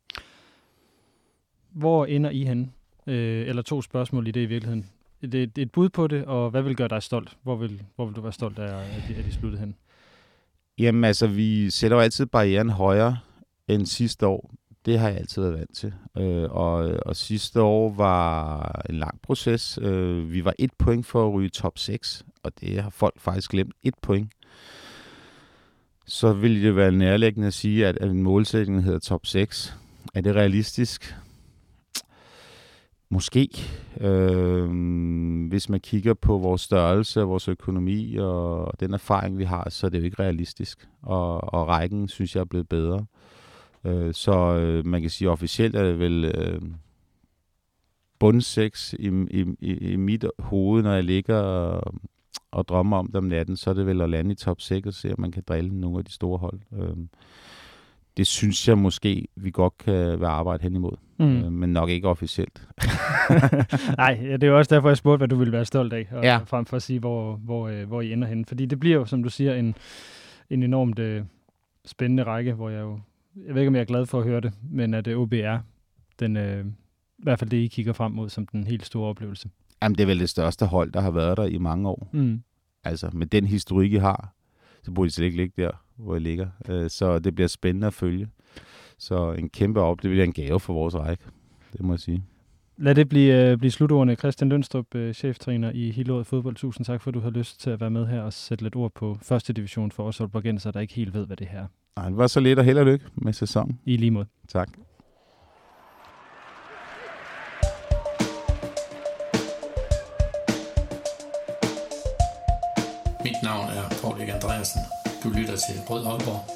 S1: Hvor ender I henne? Øh, eller to spørgsmål i det i virkeligheden. Det er et bud på det, og hvad vil gøre dig stolt? Hvor vil, hvor vil du være stolt af, at de, at de sluttede hen?
S3: Jamen altså, vi sætter jo altid barrieren højere end sidste år. Det har jeg altid været vant til. Øh, og, og sidste år var en lang proces. Øh, vi var et point for at ryge top seks, og det har folk faktisk glemt. Et point. Så vil det være nærliggende at sige, at en målsætning hedder top seks. Er det realistisk? Måske. Øh, hvis man kigger på vores størrelse og vores økonomi og den erfaring, vi har, så er det jo ikke realistisk. Og, og rækken, synes jeg, er blevet bedre. Øh, så øh, man kan sige, officielt er det vel øh, bund seks i, i, i, i mit hoved, når jeg ligger og, og drømmer om det om natten, så er det vel at lande i top seks og se, om man kan drille nogle af de store hold. Øh, det synes jeg måske, vi godt kan være arbejde hen imod, mm. øh, men nok ikke officielt.
S1: Nej, ja, det er jo også derfor, jeg spurgte, hvad du ville være stolt af, og
S3: ja.
S1: frem for at sige, hvor, hvor, øh, hvor I ender henne. Fordi det bliver jo, som du siger, en, en enormt øh, spændende række, hvor jeg jo, jeg ved ikke, om jeg er glad for at høre det, men at O B er den, øh, i hvert fald det, I kigger frem mod som den helt store oplevelse.
S3: Jamen, det er vel det største hold, der har været der i mange år. Mm. Altså, med den historik, I har, så burde I slet ikke ligge der, hvor I ligger. Så det bliver spændende at følge. Så en kæmpe op, det bliver en gave for vores række, det må jeg sige.
S1: Lad det blive, blive slutordene. Christian Lønstrup, cheftræner i Hillerød Fodbold. Tusind tak, for at du har lyst til at være med her og sætte lidt ord på første division for os aalborgenser, der ikke helt ved, hvad det her er.
S3: Nej, det var så lidt, og held og lykke med sæsonen.
S1: I lige måde.
S3: Tak.
S4: Mit navn er Paul Erik Andreasen. Du lytter til Rød Aalborg.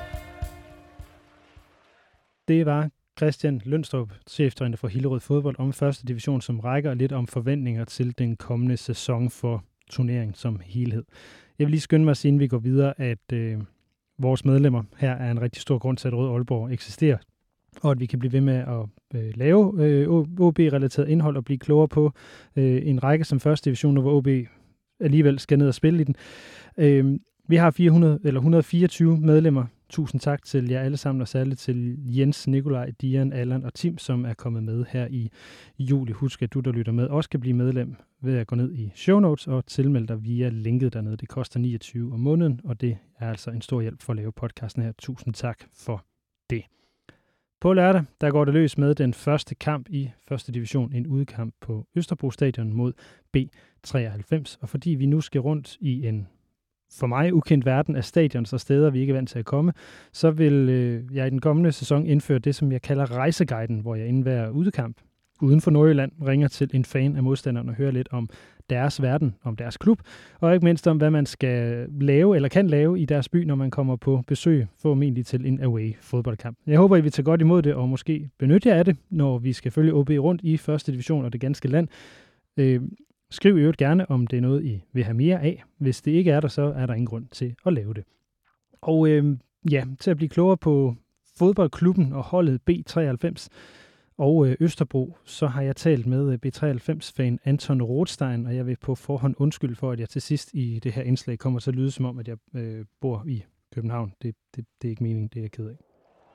S1: Det var Christian Lønstrup, cheftræner for Hillerød Fodbold, om første division som rækker, og lidt om forventninger til den kommende sæson for turneringen som helhed. Jeg vil lige skynde mig at sige, inden vi går videre, at øh, vores medlemmer her er en rigtig stor grund til, at Rød Aalborg eksisterer, og at vi kan blive ved med at øh, lave øh, O B-relateret indhold og blive klogere på øh, en række som første division, hvor O B alligevel skal ned og spille i den. Øh, Vi har fire hundrede, eller et hundrede og fireogtyve medlemmer. Tusind tak til jer alle sammen, og særligt til Jens, Nikolaj, Dian, Allan og Tim, som er kommet med her i juli. Husk, at du, der lytter med, også kan blive medlem ved at gå ned i show notes og tilmelde dig via linket dernede. Det koster niogtyve om måneden, og det er altså en stor hjælp for at lave podcasten her. Tusind tak for det. På lørdag, der går det løs med den første kamp i første division, en udkamp på Østerbro Stadion mod B treoghalvfems. Og fordi vi nu skal rundt i en for mig ukendt verden af stadions og steder, vi ikke er vant til at komme, så vil øh, jeg i den kommende sæson indføre det, som jeg kalder rejseguiden, hvor jeg inden hver udkamp uden for Nordjylland ringer til en fan af modstanderen og hører lidt om deres verden, om deres klub, og ikke mindst om, hvad man skal lave eller kan lave i deres by, når man kommer på besøg, formentlig til en away fodboldkamp. Jeg håber, I vil tage godt imod det, og måske benytte jer af det, når vi skal følge O B rundt i første division og det ganske land. Øh, Skriv i øvrigt gerne, om det er noget, I vil have mere af. Hvis det ikke er der, så er der ingen grund til at lave det. Og øh, ja, til at blive klogere på fodboldklubben og holdet B treoghalvfems og øh, Østerbro, så har jeg talt med B treoghalvfems-fan Anton Rothstein, og jeg vil på forhånd undskylde for, at jeg til sidst i det her indslag kommer til at lyde som om, at jeg øh, bor i København. Det, det, det er ikke meningen, det er jeg ked af.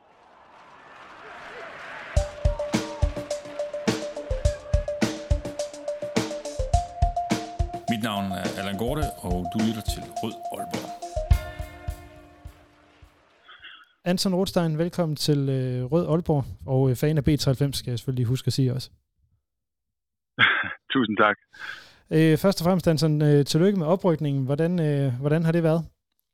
S4: Mit navn er Allan Gorte, og du lytter til Rød Aalborg.
S1: Anton Rothstein, velkommen til øh, Rød Aalborg, og øh, fan af B treoghalvfems skal jeg selvfølgelig huske at sige også.
S5: Tusind tak.
S1: Øh, først og fremmest, Anton, øh, tillykke med oprykningen. Hvordan, øh, hvordan har det været?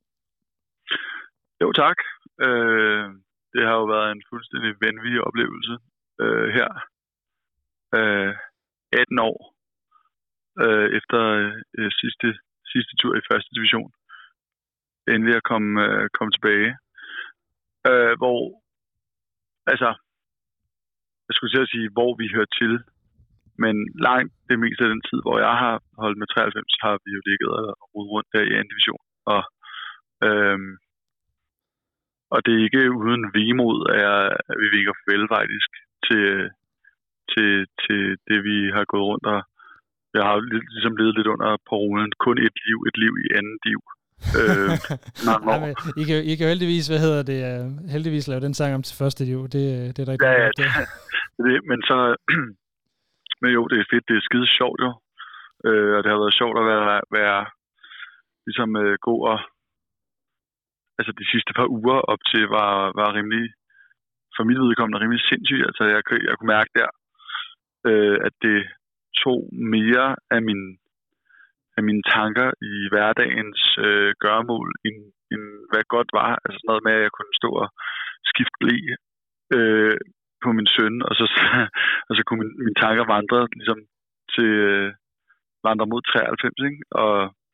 S5: Jo, tak. Øh, det har jo været en fuldstændig vanvittig oplevelse øh, her. Øh, atten år øh, efter øh, sidste, sidste tur i første division. Endelig at komme, øh, komme tilbage. Øh, hvor, altså, jeg skulle til at sige, hvor vi hører til. Men langt det meste af den tid, hvor jeg har holdt med treoghalvfems, har vi jo ligget og rodet rundt der i anden division. Og, øhm, og det er ikke uden vemod, at, jeg, at vi vinker farvel faktisk til, til, til det, vi har gået rundt. Og jeg har ligesom levet lidt under parolen. Kun et liv, et liv i anden div. øh,
S1: Jamen, I, kan, I kan jo heldigvis, hvad hedder det, heldigvis lave den sang om til første liv. Det, det er rigtig
S5: ja,
S1: godt.
S5: Ja, det, det, men så... Men jo, det er fedt. Det er skide sjovt jo. Øh, og det har været sjovt at være, være ligesom øh, gå og... Altså de sidste par uger op til var, var rimelig... For mit vedkommende rimelig sindssygt. Altså jeg, jeg kunne mærke der, øh, at det tog mere af, min, af mine tanker i hverdagens øh, gøremål, end, end hvad godt var. Altså sådan noget med, at jeg kunne stå og skifte blæ. Øh, på min søn, og så, og så kunne min, mine tanker vandre ligesom til øh, vandre mod treoghalvfems, ikke? Og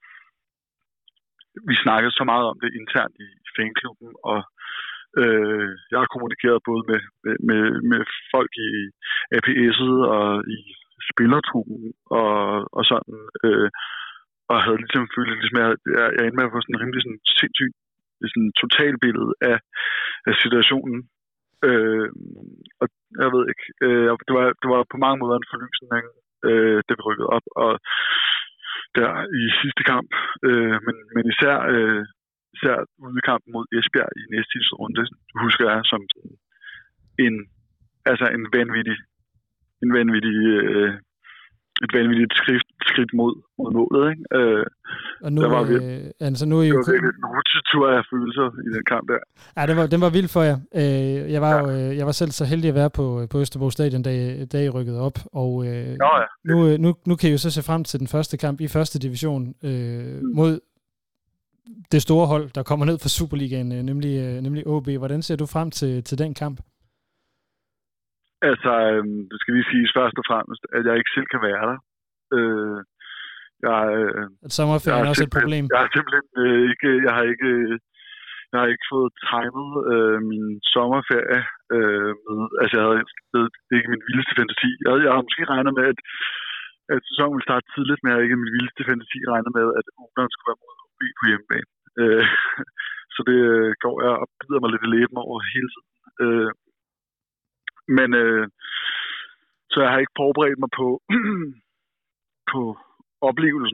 S5: vi snakkede så meget om det internt i fanklubben, og øh, jeg har kommunikeret både med, med, med folk i A P S'et og i spillertruppen og, og sådan, øh, og havde ligesom følt, ligesom jeg, jeg, jeg endte med at få sådan en rimelig sådan sindssygt sådan totalbillede af, af situationen. Øh, og jeg ved ikke, øh, det, var, det var på mange måder en forløsning, øh, det vi rykkede op, og der i sidste kamp, øh, men, men især, øh, især udekampen mod Esbjerg i næste runde, husker jeg som en, altså en vanvittig, en vanvittig, øh, et vanvittigt skridt, skridt mod, mod målet, ikke? Øh,
S1: og nu,
S5: var vi,
S1: øh, altså nu er I jo...
S5: Det var virkelig en rutsjetur af følelser i den kamp der.
S1: Ja, den var, den var vild for jer. Øh, jeg, var jo, øh, jeg var selv så heldig at være på, på Østerbro Stadion, da, da I rykkede op, og øh,
S5: Nå, ja.
S1: nu, nu, nu kan I jo så se frem til den første kamp i første division øh, mm. mod det store hold, der kommer ned fra Superligaen, øh, nemlig, øh, nemlig O B. Hvordan ser du frem til, til den kamp?
S5: Altså, øh, det skal lige siges først og fremmest, at jeg ikke selv kan være der. Øh, jeg, øh,
S1: Sommerferien er også et problem.
S5: Jeg har simpelthen øh, ikke, jeg har ikke, jeg har ikke fået timet øh, min sommerferie øh, med, altså jeg havde, det er ikke min vildeste fantasi. Jeg, jeg har måske regnet med, at, at sæsonen ville starte tidligt, men jeg har ikke min vildeste fantasi regnet med, at Ungdom skulle være mod O B på hjemmebane. Øh, så det går jeg og bider mig lidt i læben over hele tiden. Øh, men øh, så jeg har ikke forberedt mig på på oplevelsen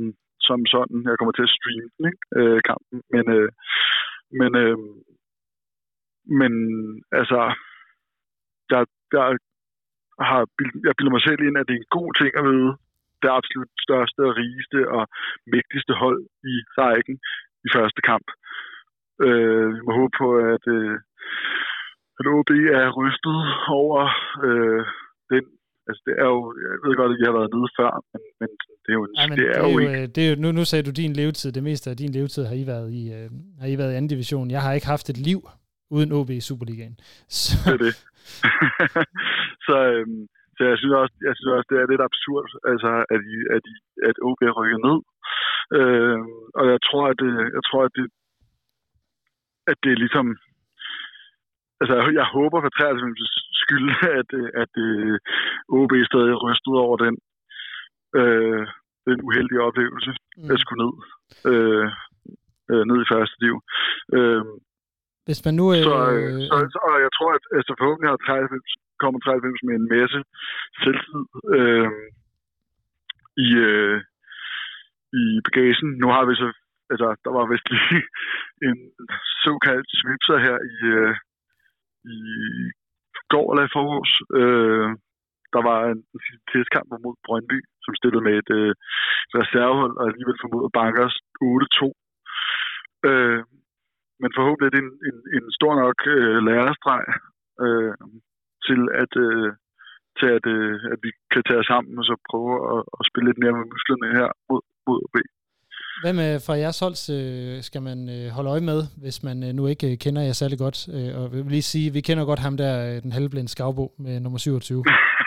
S5: som sådan. Jeg kommer til at streame den, ikke? Øh, kampen. Men, øh, men, øh, men altså, jeg, jeg, har, jeg bilder mig selv ind, at det er en god ting at vide. Det absolut største og rigeste og mægtigste hold i rækken i første kamp. Øh, vi må håbe på, at, øh, at O B er rystet over øh, den. Altså, det er jo, jeg ved godt, at jeg har været nede før, men, men det er jo, en,
S1: Ej, men
S5: det er
S1: det er
S5: jo
S1: jo
S5: ikke...
S1: det er jo, nu, nu sagde du din levetid. Det meste af din levetid har I været i, øh, har I været i anden division. Jeg har ikke haft et liv uden O B i Superligaen. Så...
S5: Det er det. så, øhm, så jeg synes også, jeg synes også, det er lidt absurd, altså, at, I, at, I, at O B rykker ned. Øh, og jeg tror, at det, jeg tror, at det, at det er ligesom... Altså, jeg håber for treoghalvfems skyld, at, at, at O B stadig er rystet over den, øh, den uheldige oplevelse, mm. at skulle ned, øh, øh, ned i første div. Øh,
S1: Hvis man nu... Øh,
S5: så, øh, så, så, og jeg tror, at altså, forhåbentlig har treoghalvfems, kommer treoghalvfems med en masse selvtid øh, i, øh, i bagagen. Nu har vi så... Altså, der var vist lige en såkaldt svipser her i... Øh, i går eller i forgårs. Øh, der var en, en testkamp mod Brøndby, som stillede med et øh, reservehold, og alligevel formodet bankers otte to. Øh, men forhåbentlig er det en, en, en stor nok øh, lærestreg øh, til, at, øh, til at, øh, at vi kan tage os sammen og så prøve at, at spille lidt mere med musklerne her mod, mod O B.
S1: Hvad med fra jeres hold skal man holde øje med, hvis man nu ikke kender jer særlig godt? Og jeg vil lige sige, vi kender godt ham der, den halvblinde Skavbo med nummer syvogtyve.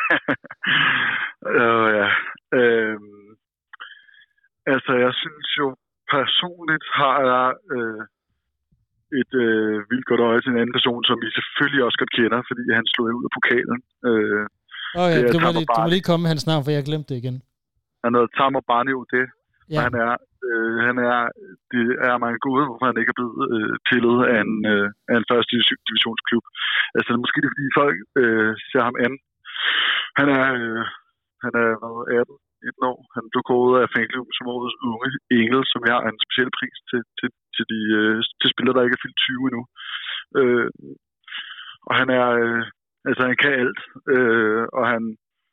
S5: uh, ja. Uh, altså, jeg synes jo personligt har jeg uh, et uh, vildt godt øje til en anden person, som I selvfølgelig også godt kender, fordi han slog ud af pokalen. Uh,
S1: Åh oh, ja, du må, lige, du må lige komme med hans navn, for jeg glemte det igen.
S5: Han hedder Tamar Barnio, det. Ja. Han er, øh, han er, det er mange gode, hvorfor han ikke er blevet øh, pillet af en, øh, af en første divisionsklub. Altså, det er måske det, fordi folk øh, ser ham an. Han er, øh, han er atten, atten år. Han blev kåret af fanklubben som årets unge engel, som jeg har en speciel pris til, til, til de øh, til spillere, der ikke er fyldt tyve endnu. Øh, og han er, øh, altså han kan alt. Øh, og han,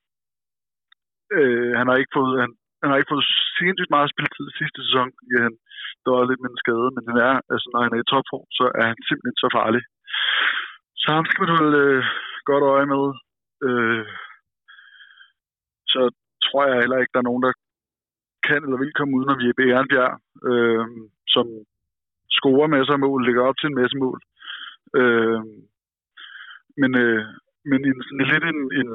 S5: øh, han har ikke fået, han, Han har ikke fået sindssygt meget spilletid sidste sæson. Ja, han, der var lidt med en skade, men han er, altså, når han er i topform, så er han simpelthen så farlig. Så ham skal man holde øh, godt øje med. Øh, så tror jeg heller ikke, der er nogen, der kan eller vil komme uden om Jeppe Ehrenbjerg, øh, som scorer masser af mål, lægger op til en masse mål. Øh, men, øh, men en, sådan lidt en... en,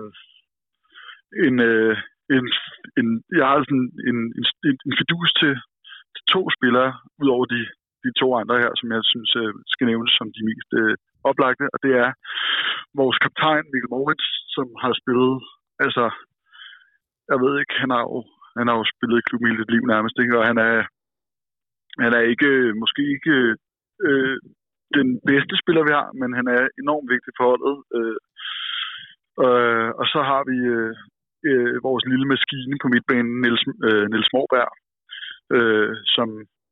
S5: en øh, En, en, jeg har sådan en, en, en fidus til, til to spillere, udover de, de to andre her, som jeg synes øh, skal nævnes som de mest øh, oplagte, og det er vores kaptajn, Mikkel Moritz, som har spillet, altså, jeg ved ikke, han har jo, han har jo spillet i klubben hele sit liv nærmest, ikke? Og han er, han er ikke, måske ikke øh, den bedste spiller, vi har, men han er enormt vigtig for holdet. Øh, øh, og så har vi øh, Øh, vores lille maskine på midtbanen, Niels, øh, Niels Morberg, øh, som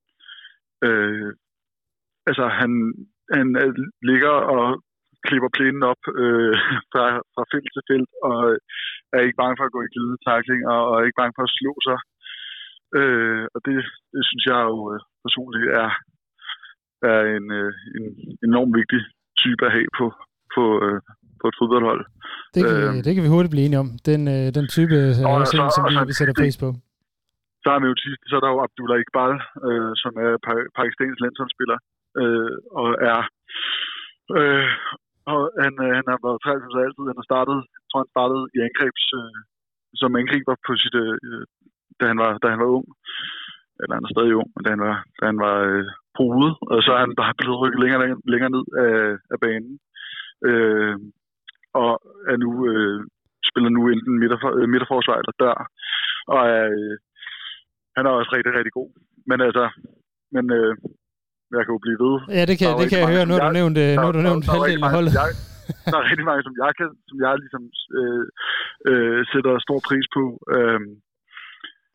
S5: øh, altså han, han ligger og klipper plænen op øh, fra, fra felt til felt, og er ikke bange for at gå i glidetakling, og, og er ikke bange for at slå sig. Øh, og det, det synes jeg jo personligt er, er en, en enormt vigtig type at have på, på øh, på et fodboldhold.
S1: Det kan, øh, det kan vi hurtigt blive enige om. Den, øh, den type øh, og, ting, som vi, vi sætter pris på.
S5: Så er, jo, så er der jo Abdullah Iqbal, øh, som er pakistansk landsholdsspiller, øh, og er øh, og han, han har været treoghalvfems altid. Han har startet, jeg tror han startede i angrebs, øh, som angriber på sit, øh, da, han var, da han var ung. Eller han er stadig ung, men da han var, da han var øh, brudet, og så er han bare blevet rykket længere, længere ned af, af banen. Øh, og er nu, øh, spiller nu enten midterfor, øh, midterforsvar eller dør. Og er, øh, han er også rigtig, rigtig god. Men altså, men øh, jeg kan jo blive ved.
S1: Ja, det kan, det kan jeg høre. Nu har du nævnt,
S5: der,
S1: nu har du nævnt halvdelen af holdet.
S5: Jeg, der er rigtig mange, som jeg kan, som jeg ligesom øh, øh, sætter stor pris på. Øh,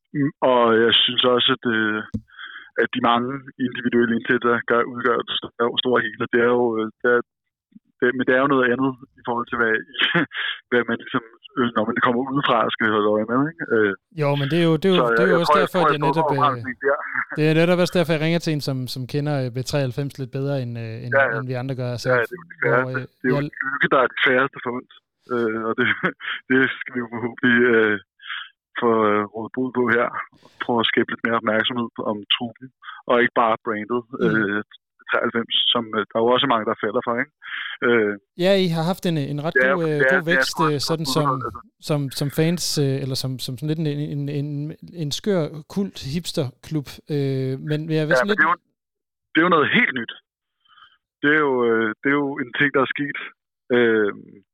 S5: og jeg synes også, at, øh, at de mange individuelle indsatser gør, udgør det store, store hele. Det er jo, det er, det, men det er jo noget andet i forhold til, hvad, hvad man ligesom, når man kommer udefra, skal holde øje med. Ikke? Øh,
S1: jo, men det er jo, det er jo,
S5: så,
S1: det er jo
S5: jeg
S1: også
S5: tror,
S1: derfor,
S5: jeg,
S1: at
S5: jeg
S1: jeg netop...
S5: jeg
S1: det er netop også derfor, jeg ringer til en, som, som kender B treoghalvfems lidt bedre, end, end, ja, ja. end vi andre gør. Så,
S5: ja, det er jo de færreste. Hvor, det er jo jeg... lykke, der er de færreste for os. Øh, og det, det skal vi jo forhåbentlig øh, få øh, rådet bod på her. Prøve at skabe lidt mere opmærksomhed om truppen, og ikke bare brandet. Mm. Øh, treoghalvfems, som øh, der er jo også mange, der falder for, ikke? Øh,
S1: ja, I har haft en, en ret
S5: ja,
S1: god, øh,
S5: ja,
S1: god vækst,
S5: ja,
S1: øh, sådan som, som, som fans, øh, eller som, som sådan lidt en, en, en, en skør kult hipsterklub. Øh, men jeg vil
S5: ja,
S1: sådan lidt...
S5: det, er jo, det er jo noget helt nyt. Det er jo, øh, det er jo en ting, der er sket. Øh,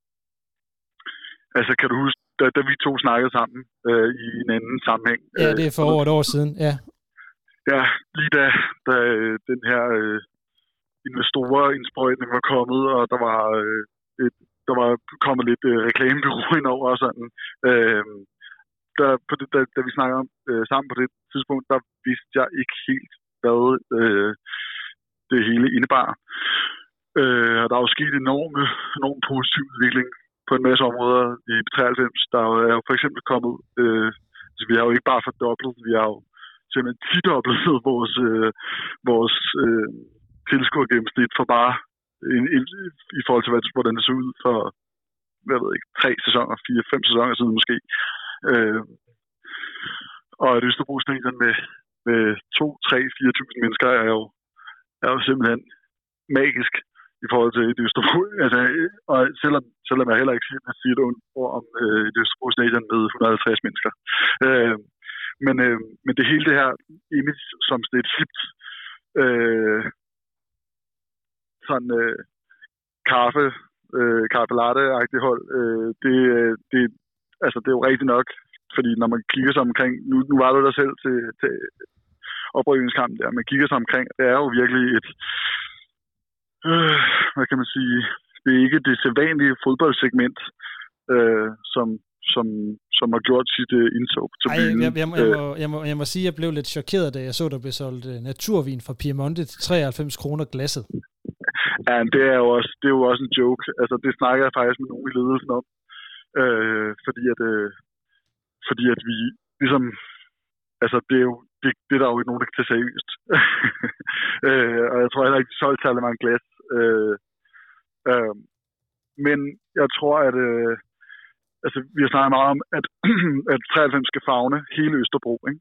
S5: altså, kan du huske, da, da vi to snakkede sammen øh, i en anden sammenhæng?
S1: Ja, det er for over et år siden, ja.
S5: Ja, lige da, da øh, den her øh, investorer-indsprøjtning var kommet, og der var, øh, et, der var kommet lidt øh, reklamebureau ind over og sådan. Øh, der, på det, da, da vi snakkede om øh, sammen på det tidspunkt, der vidste jeg ikke helt, hvad øh, det hele indebar. Øh, og der er jo sket enorm, enorm positiv udvikling på en masse områder i B treoghalvfems. Der er jo for eksempel kommet, øh, altså vi har jo ikke bare fordoblet, vi har jo simpelthen tidoblet vores, øh, vores øh, tilskuergennemsnit for bare en, en, i forhold til, hvordan det så ud for, jeg ved ikke, tre sæsoner, fire, fem sæsoner siden måske. Øh, og et Østerbro Stadion med, med to, tre, fire tusind mennesker er jo, er jo simpelthen magisk i forhold til et Østerbro. Altså, og selvom, selvom jeg heller ikke siger, at siger det ord om øh, et Østerbro Stadion med et hundrede og halvtreds mennesker. Øh, men, øh, men det hele det her image som sådan et hipt øh, sådan øh, kaffe, øh, kaffe latte-agtig hold, øh, det, det, altså, det er jo rigtigt nok, fordi når man kigger sig omkring, nu, nu var du der selv til, til oprykningskampen der, man kigger sig omkring, det er jo virkelig et, øh, hvad kan man sige, det er ikke det sædvanlige fodboldsegment, øh, som, som, som har gjort sit uh, indtog til
S1: Ej,
S5: byen.
S1: Jeg, jeg, jeg, må, jeg, må, jeg må sige, at jeg blev lidt chokeret, da jeg så, der blev solgt uh, naturvin fra Piemonte til treoghalvfems kroner glasset.
S5: Ja, det er jo også, det er jo også en joke. Altså, det snakker jeg faktisk med nogen i ledelsen om. Øh, fordi at, øh, fordi at vi ligesom, altså det er jo, det, det er der jo ikke nogen, der kan tage seriøst. øh, og jeg tror heller ikke, de solgte særlig mange glas. Øh, øh, men jeg tror, at øh, altså, vi har snakket meget om, at, at treoghalvfems skal favne hele Østerbro, ikke?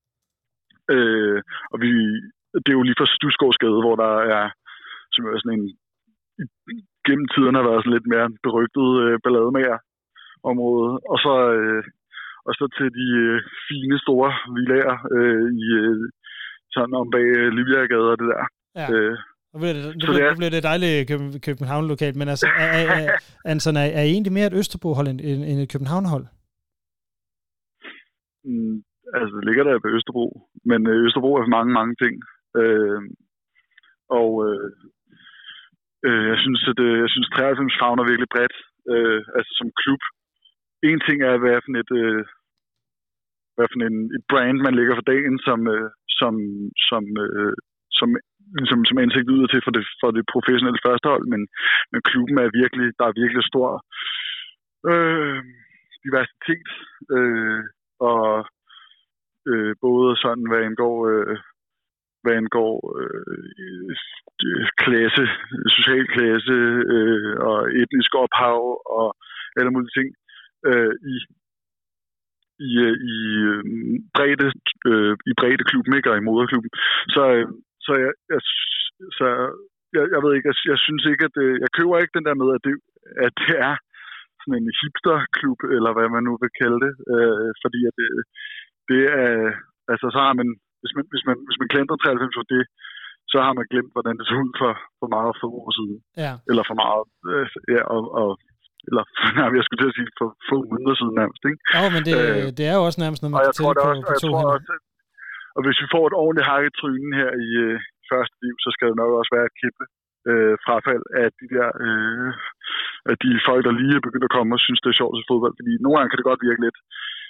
S5: Øh, og vi, det er jo lige fra Studsgårdsgade, hvor der er, som er sådan en, gennem tiderne har været sådan lidt mere berygtet øh, ballademager område, og så, øh, og så til de øh, fine, store villager øh, i øh, sådan om bag øh, Livjergade og det der.
S1: Ja.
S5: Øh,
S1: Nu bliver det, nu bliver, nu bliver det dejligt Køb- København-lokalt, men altså, er, er, er, Anson, er, er I egentlig mere et Østerbro-hold end, end et København-hold?
S5: Mm, altså, det ligger der på Østerbro, men øh, Østerbro er for mange, mange ting. Øh, og øh, øh, jeg synes, at øh, jeg synes, treoghalvfems favner virkelig bredt, øh, altså som klub. En ting er, hvad for et, øh, hvad for en, et brand, man lægger for dagen, som, øh, som, som, øh, som Som, som ansigt ud til for det, for det professionelle førstehold, men, men klubben er virkelig, der er virkelig stor øh, diversitet, øh, og øh, både sådan, hvad angår, øh, hvad angår øh, klasse, social klasse øh, og etnisk ophav og alle mulige ting øh, i i, i bredde, øh, i bredde klubben, ikke, og i moderklubben. Så øh, Så jeg, jeg, så jeg, jeg ved ikke, jeg, jeg synes ikke, at det, jeg køber ikke den der med, at det, at det er sådan en hipsterklub, eller hvad man nu vil kalde det, øh, fordi at det, det er, altså så har man, hvis man, hvis man, hvis man glemmer treoghalvfems for det, så har man glemt, hvordan det så ud for, for meget for år siden.
S1: Ja.
S5: Eller for meget, øh, ja, og, og eller nej, jeg skulle til at sige for få måneder siden nærmest, ikke?
S1: Ja, men det, øh, det er jo også nærmest, når man kan tælle på,
S5: også,
S1: på to hænder.
S5: Og hvis vi får et ordentligt hak i trynen her i øh, første liv, så skal det nok også være et kæmpe øh, frafald af de der øh, af de folk, der lige er begyndt at komme og synes, det er sjovt til fodbold. Fordi nogle gange kan det godt virke lidt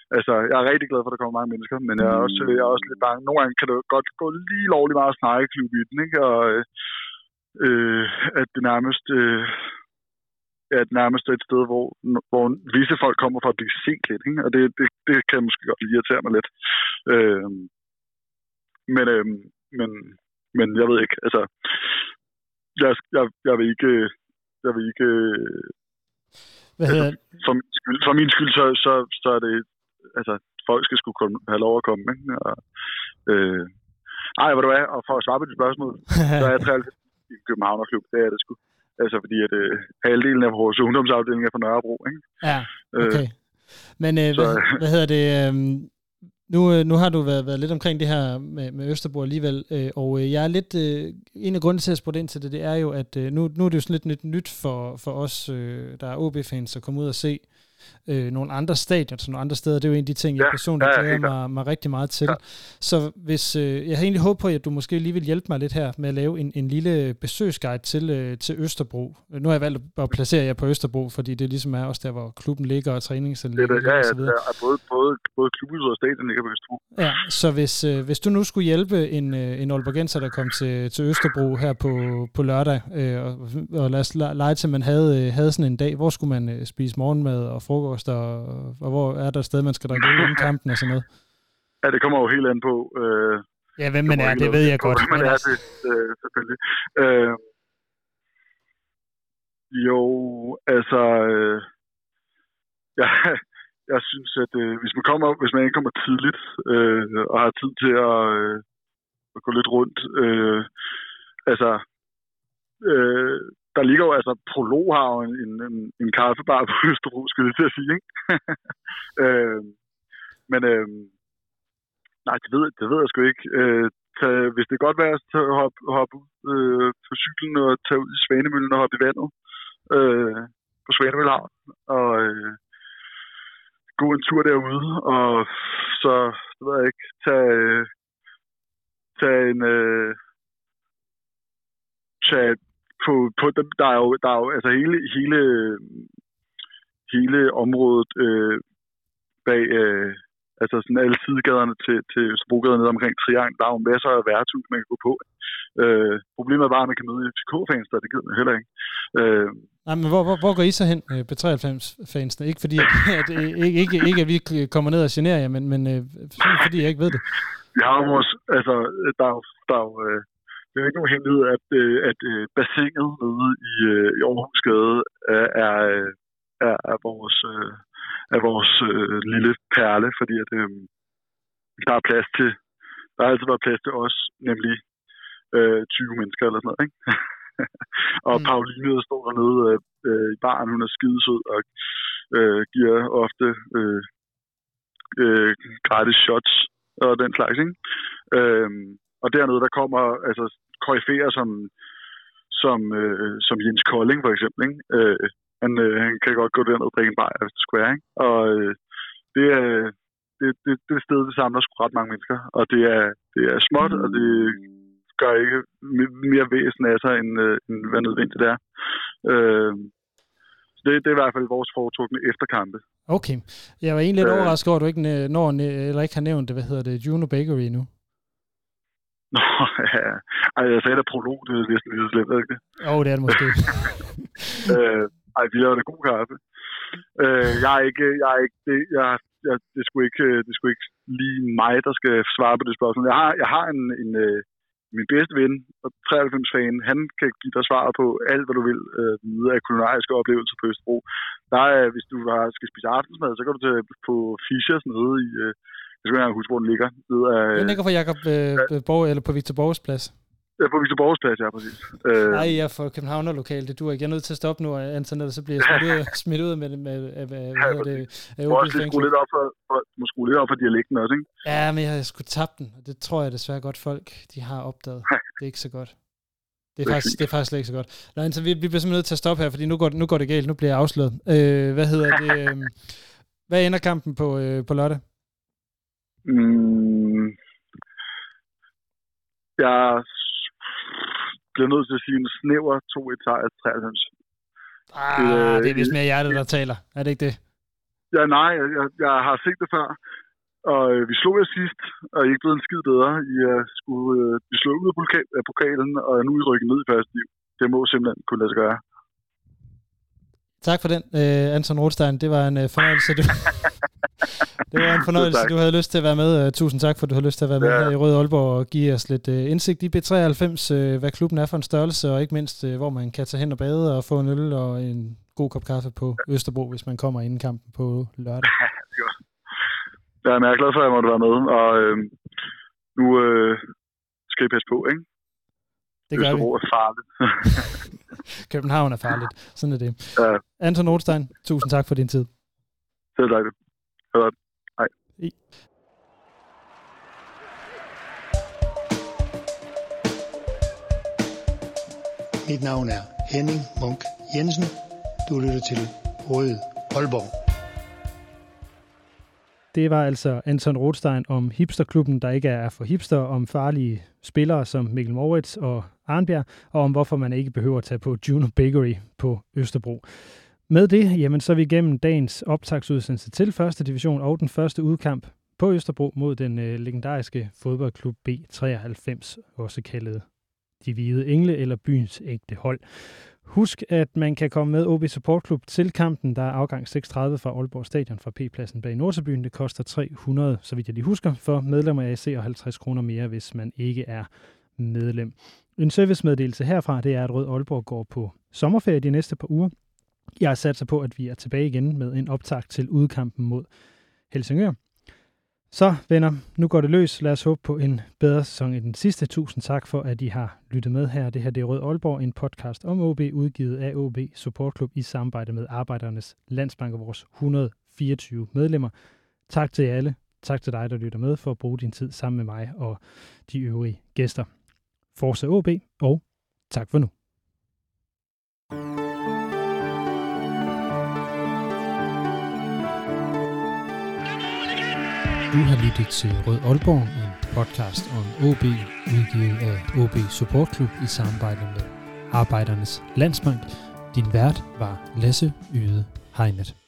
S5: altså, jeg er rigtig glad for, at der kommer mange mennesker, men jeg er også, jeg er også lidt bange. Nogle gange kan det godt gå lige lovligt meget snakkeklub i den, ikke? Og øh, at det nærmest... Øh, Ja, det nærmest et sted, hvor, hvor visse folk kommer for at blive set lidt, ikke? Og det, det, det kan måske godt irritere mig lidt. Øh, men, øh, men, men jeg ved ikke, altså, jeg, jeg, jeg vil ikke, jeg vil ikke,
S1: Hvad hedder
S5: altså, for, min skyld, for min skyld, så, så, så er det, altså, folk skal sgu komme, have lov at komme, ikke? Og, øh, ej, hvad du er, og for at svare på dit spørgsmål, så er jeg treoghalvfems i Københavnerklub, det er det sgu. Altså fordi, at øh, halvdelen af vores ungdomsafdeling er fra Nørrebro, ikke?
S1: Ja, okay. Men øh, hvad, hvad hedder det? Øh, nu, nu har du været, været lidt omkring det her med, med Østerbro alligevel, øh, og øh, jeg er lidt... Øh, en af grunden til at spørge ind til det, det er jo, at øh, nu, nu er det jo sådan lidt nyt, nyt for, for os, øh, der er O B-fans, at komme ud og se øh, nogle andre stadier, så nogle andre steder. Det er jo en af de ting, jeg ja, personligt ja, glæder mig, mig rigtig meget til. Ja. Så hvis, øh, jeg har egentlig håbet på, at du måske lige vil hjælpe mig lidt her med at lave en, en lille besøgsguide til, øh, til Østerbro. Nu har jeg valgt at placere jer på Østerbro, fordi det ligesom er også der, hvor klubben ligger og træningsanlægget ligger
S5: ja,
S1: og så videre.
S5: Ja, både, både, både klubhuset og stadion ligger på Østerbro.
S1: Ja, så hvis, øh, hvis du nu skulle hjælpe en, øh, en Aalborgenser, der kom til, til Østerbro her på, på lørdag, øh, og, og lad os lege til, at man havde, øh, havde sådan en dag, hvor skulle man øh, spise morgenmad og frokost, og, og hvor er der et sted, man skal drikke øl inden kampen og sådan noget?
S5: Ja, det kommer jo helt an på... Øh,
S1: ja, hvem man er, det ved jeg godt.
S5: Hvem man er det, øh, selvfølgelig. Øh, jo, altså... Øh, ja, jeg synes, at øh, hvis man kommer, hvis man ikke kommer tidligt, øh, og har tid til at, øh, at gå lidt rundt, øh, altså... Øh, der ligger jo, altså, Prolog har jo en, en, en kaffebar på Østerbro, skal jeg til at sige, ikke? øh, men, øh, nej, det ved, det ved jeg sgu ikke. Øh, tag, hvis det godt være, så hoppe hop ud øh, på cyklen og tage ud i Svanemøllen og hoppe i vandet øh, på Svanemøllehavn og øh, gå en tur derude, og så, det ved jeg ikke, tage, tage en... Øh, tage På, på dem, der er jo, der er jo altså hele, hele, hele området øh, bag, øh, altså sådan alle sidegaderne til, til Østerbrogade nede omkring Triangel, der er jo masser af værtshus, man kan gå på. Øh, problemet er bare, at man kan møde F C K-fans, der det gider man heller ikke. Øh,
S1: Nej, men hvor, hvor, hvor går I så hen, B treoghalvfems-fansene? Ikke fordi, at, ikke, ikke, ikke at vi kommer ned og generer jer, men, men fordi jeg ikke ved det.
S5: Vi har jo vores, altså, der er jo, der er jo øh, det er jo ikke nogen hemmelighed, at, at, at bassinet nede i, i Aarhusgade er, er, er, er vores, er vores uh, lille perle, fordi at, um, der er plads til, der har altid været plads til os, nemlig uh, tyve mennesker eller sådan noget, ikke? Og mm. Pauline står dernede uh, i baren, hun er skidesød og uh, giver ofte uh, uh, gratis shots og den slags, ikke? Uh, Og dernede, der kommer altså koryfæer som, som, øh, som Jens Kolding, for eksempel. Ikke? Øh, han, øh, han kan godt gå derned og drikke en bajer, hvis det skulle være. Ikke? Og øh, det er det, det, det sted, det samler sgu ret mange mennesker. Og det er, det er småt, og det gør ikke mere væsen af sig, end, øh, end hvad nødvendigt det er. Øh, det, det er i hvert fald vores foretrukne efterkampe.
S1: Okay. Jeg var egentlig lidt øh, overrasket over, at du ikke, når, eller ikke har nævnt det, hvad hedder det, Juno Bakery nu.
S5: Nå, ja. Ej, jeg sagde da Prolog, det er næsten lige så slemt, ikke det?
S1: Jo, oh, det er det måske.
S5: øh, ej, vi laver da god kaffe. Øh, jeg er ikke, jeg er ikke, det, jeg, jeg, det er sgu ikke, det er sgu ikke lige mig, der skal svare på det spørgsmål. Jeg har, jeg har en, en, en min bedste ven, og treoghalvfems-fan, han kan give dig svar på alt, hvad du vil øh, vide af kulinariske oplevelser på Østerbro. Der er, hvis du har, skal spise aftensmad, så kan du tage på Fischers nede i, øh, jeg skal ikke huske, hvor den ligger. Af,
S1: den ligger fra Jakob øh, ja. Borg, eller på Victor Borgs plads.
S5: Ja, på Victor Borgs plads, ja, præcis. Øh,
S1: Nej, jeg er for Københavner lokal, det duer ikke. Jeg er nødt til at stoppe nu, Anton, så bliver jeg smidt ud, smidt ud med, med, med hvad
S5: ja,
S1: hedder det?
S5: Du må også skrue lidt op for, for, må skrue lidt op for dialekten også, ikke?
S1: Ja, men jeg har sgu tabt den, og det tror jeg desværre godt folk, de har opdaget. Det er ikke så godt. Det er, faktisk, det er faktisk slet ikke så godt. Nej, Anton, vi, vi bliver simpelthen nødt til at stoppe her, fordi nu går, nu går det galt, nu bliver jeg afsløret. Øh, hvad hedder det? Øh, hvad ender kampen på, øh, på lørdag?
S5: Mm, jeg bliver nødt til at sige en snæver to et sejr treoghalvfems.
S1: Ah, det er vist mere hjertet, der taler. Er det ikke det?
S5: ja, nej, jeg, jeg, jeg har set det før. Og øh, vi slog jer sidst, og I er ikke blevet en skid bedre. I uh, skulle, øh, vi slog ud af pokal, pokalen, og er nu I rykket ned i første liv. Det må simpelthen kunne lade sig gøre.
S1: Tak for den, uh, Anton Rothstein. Det var en uh, fornøjelse. Du... det var en fornøjelse, du havde lyst til at være med. Uh, tusind tak, for du havde lyst til at være med ja. her i Røde Aalborg og give os lidt uh, indsigt i B treoghalvfems, uh, hvad klubben er for en størrelse, og ikke mindst, uh, hvor man kan tage hen og bade og få en øl og en god kop kaffe på Østerbro, hvis man kommer inden kampen på lørdag.
S5: Ja, men jeg er glad for, at jeg måtte være med, og øh, nu øh, skal I passe på, ikke?
S1: Det gør
S5: Østerbro
S1: vi.
S5: er farligt.
S1: København er farligt. Sådan er det.
S5: Ja.
S1: Anton Rothstein, tusind tak for din tid.
S5: Selv tak. Hej. Hej.
S1: I.
S6: Mit navn er Henning Munk Jensen. Du lytter til Røde Aalborg.
S1: Det var altså Anton Rothstein om hipsterklubben, der ikke er for hipster, om farlige spillere som Mikkel Moritz og Arnbjerg, og om hvorfor man ikke behøver at tage på Juno Bakery på Østerbro. Med det, jamen, så er vi igennem dagens optagsudsendelse til første division og den første udkamp på Østerbro mod den øh, legendariske fodboldklub B treoghalvfems, også kaldet De Hvide Engle eller byens ægte hold. Husk, at man kan komme med O B Support Club til kampen. Der er afgang seks tredive fra Aalborg Stadion fra P-pladsen bag Nordsøbyen. Det koster tre hundrede, så vidt jeg lige husker, for medlemmer af A C og halvtreds kroner mere, hvis man ikke er medlem. En servicemeddelelse herfra, det er, at Rød Aalborg går på sommerferie de næste par uger. Jeg har sat sig på, at vi er tilbage igen med en optakt til udkampen mod Helsingør. Så venner, nu går det løs. Lad os håbe på en bedre sæson i den sidste. Tusind tak for, at I har lyttet med her. Det her det er Rød Aalborg, en podcast om O B, udgivet af O B Support Club i samarbejde med Arbejdernes Landsbank og vores et hundrede og fireogtyve medlemmer. Tak til jer alle. Tak til dig, der lytter med, for at bruge din tid sammen med mig og de øvrige gæster. Forza O B, og tak for nu. Du har lyttet til Rød Aalborg, en podcast om O B, udgivet af O B Support Club i samarbejde med Arbejdernes Landsbank. Din vært var Lasse Yde Hegnet.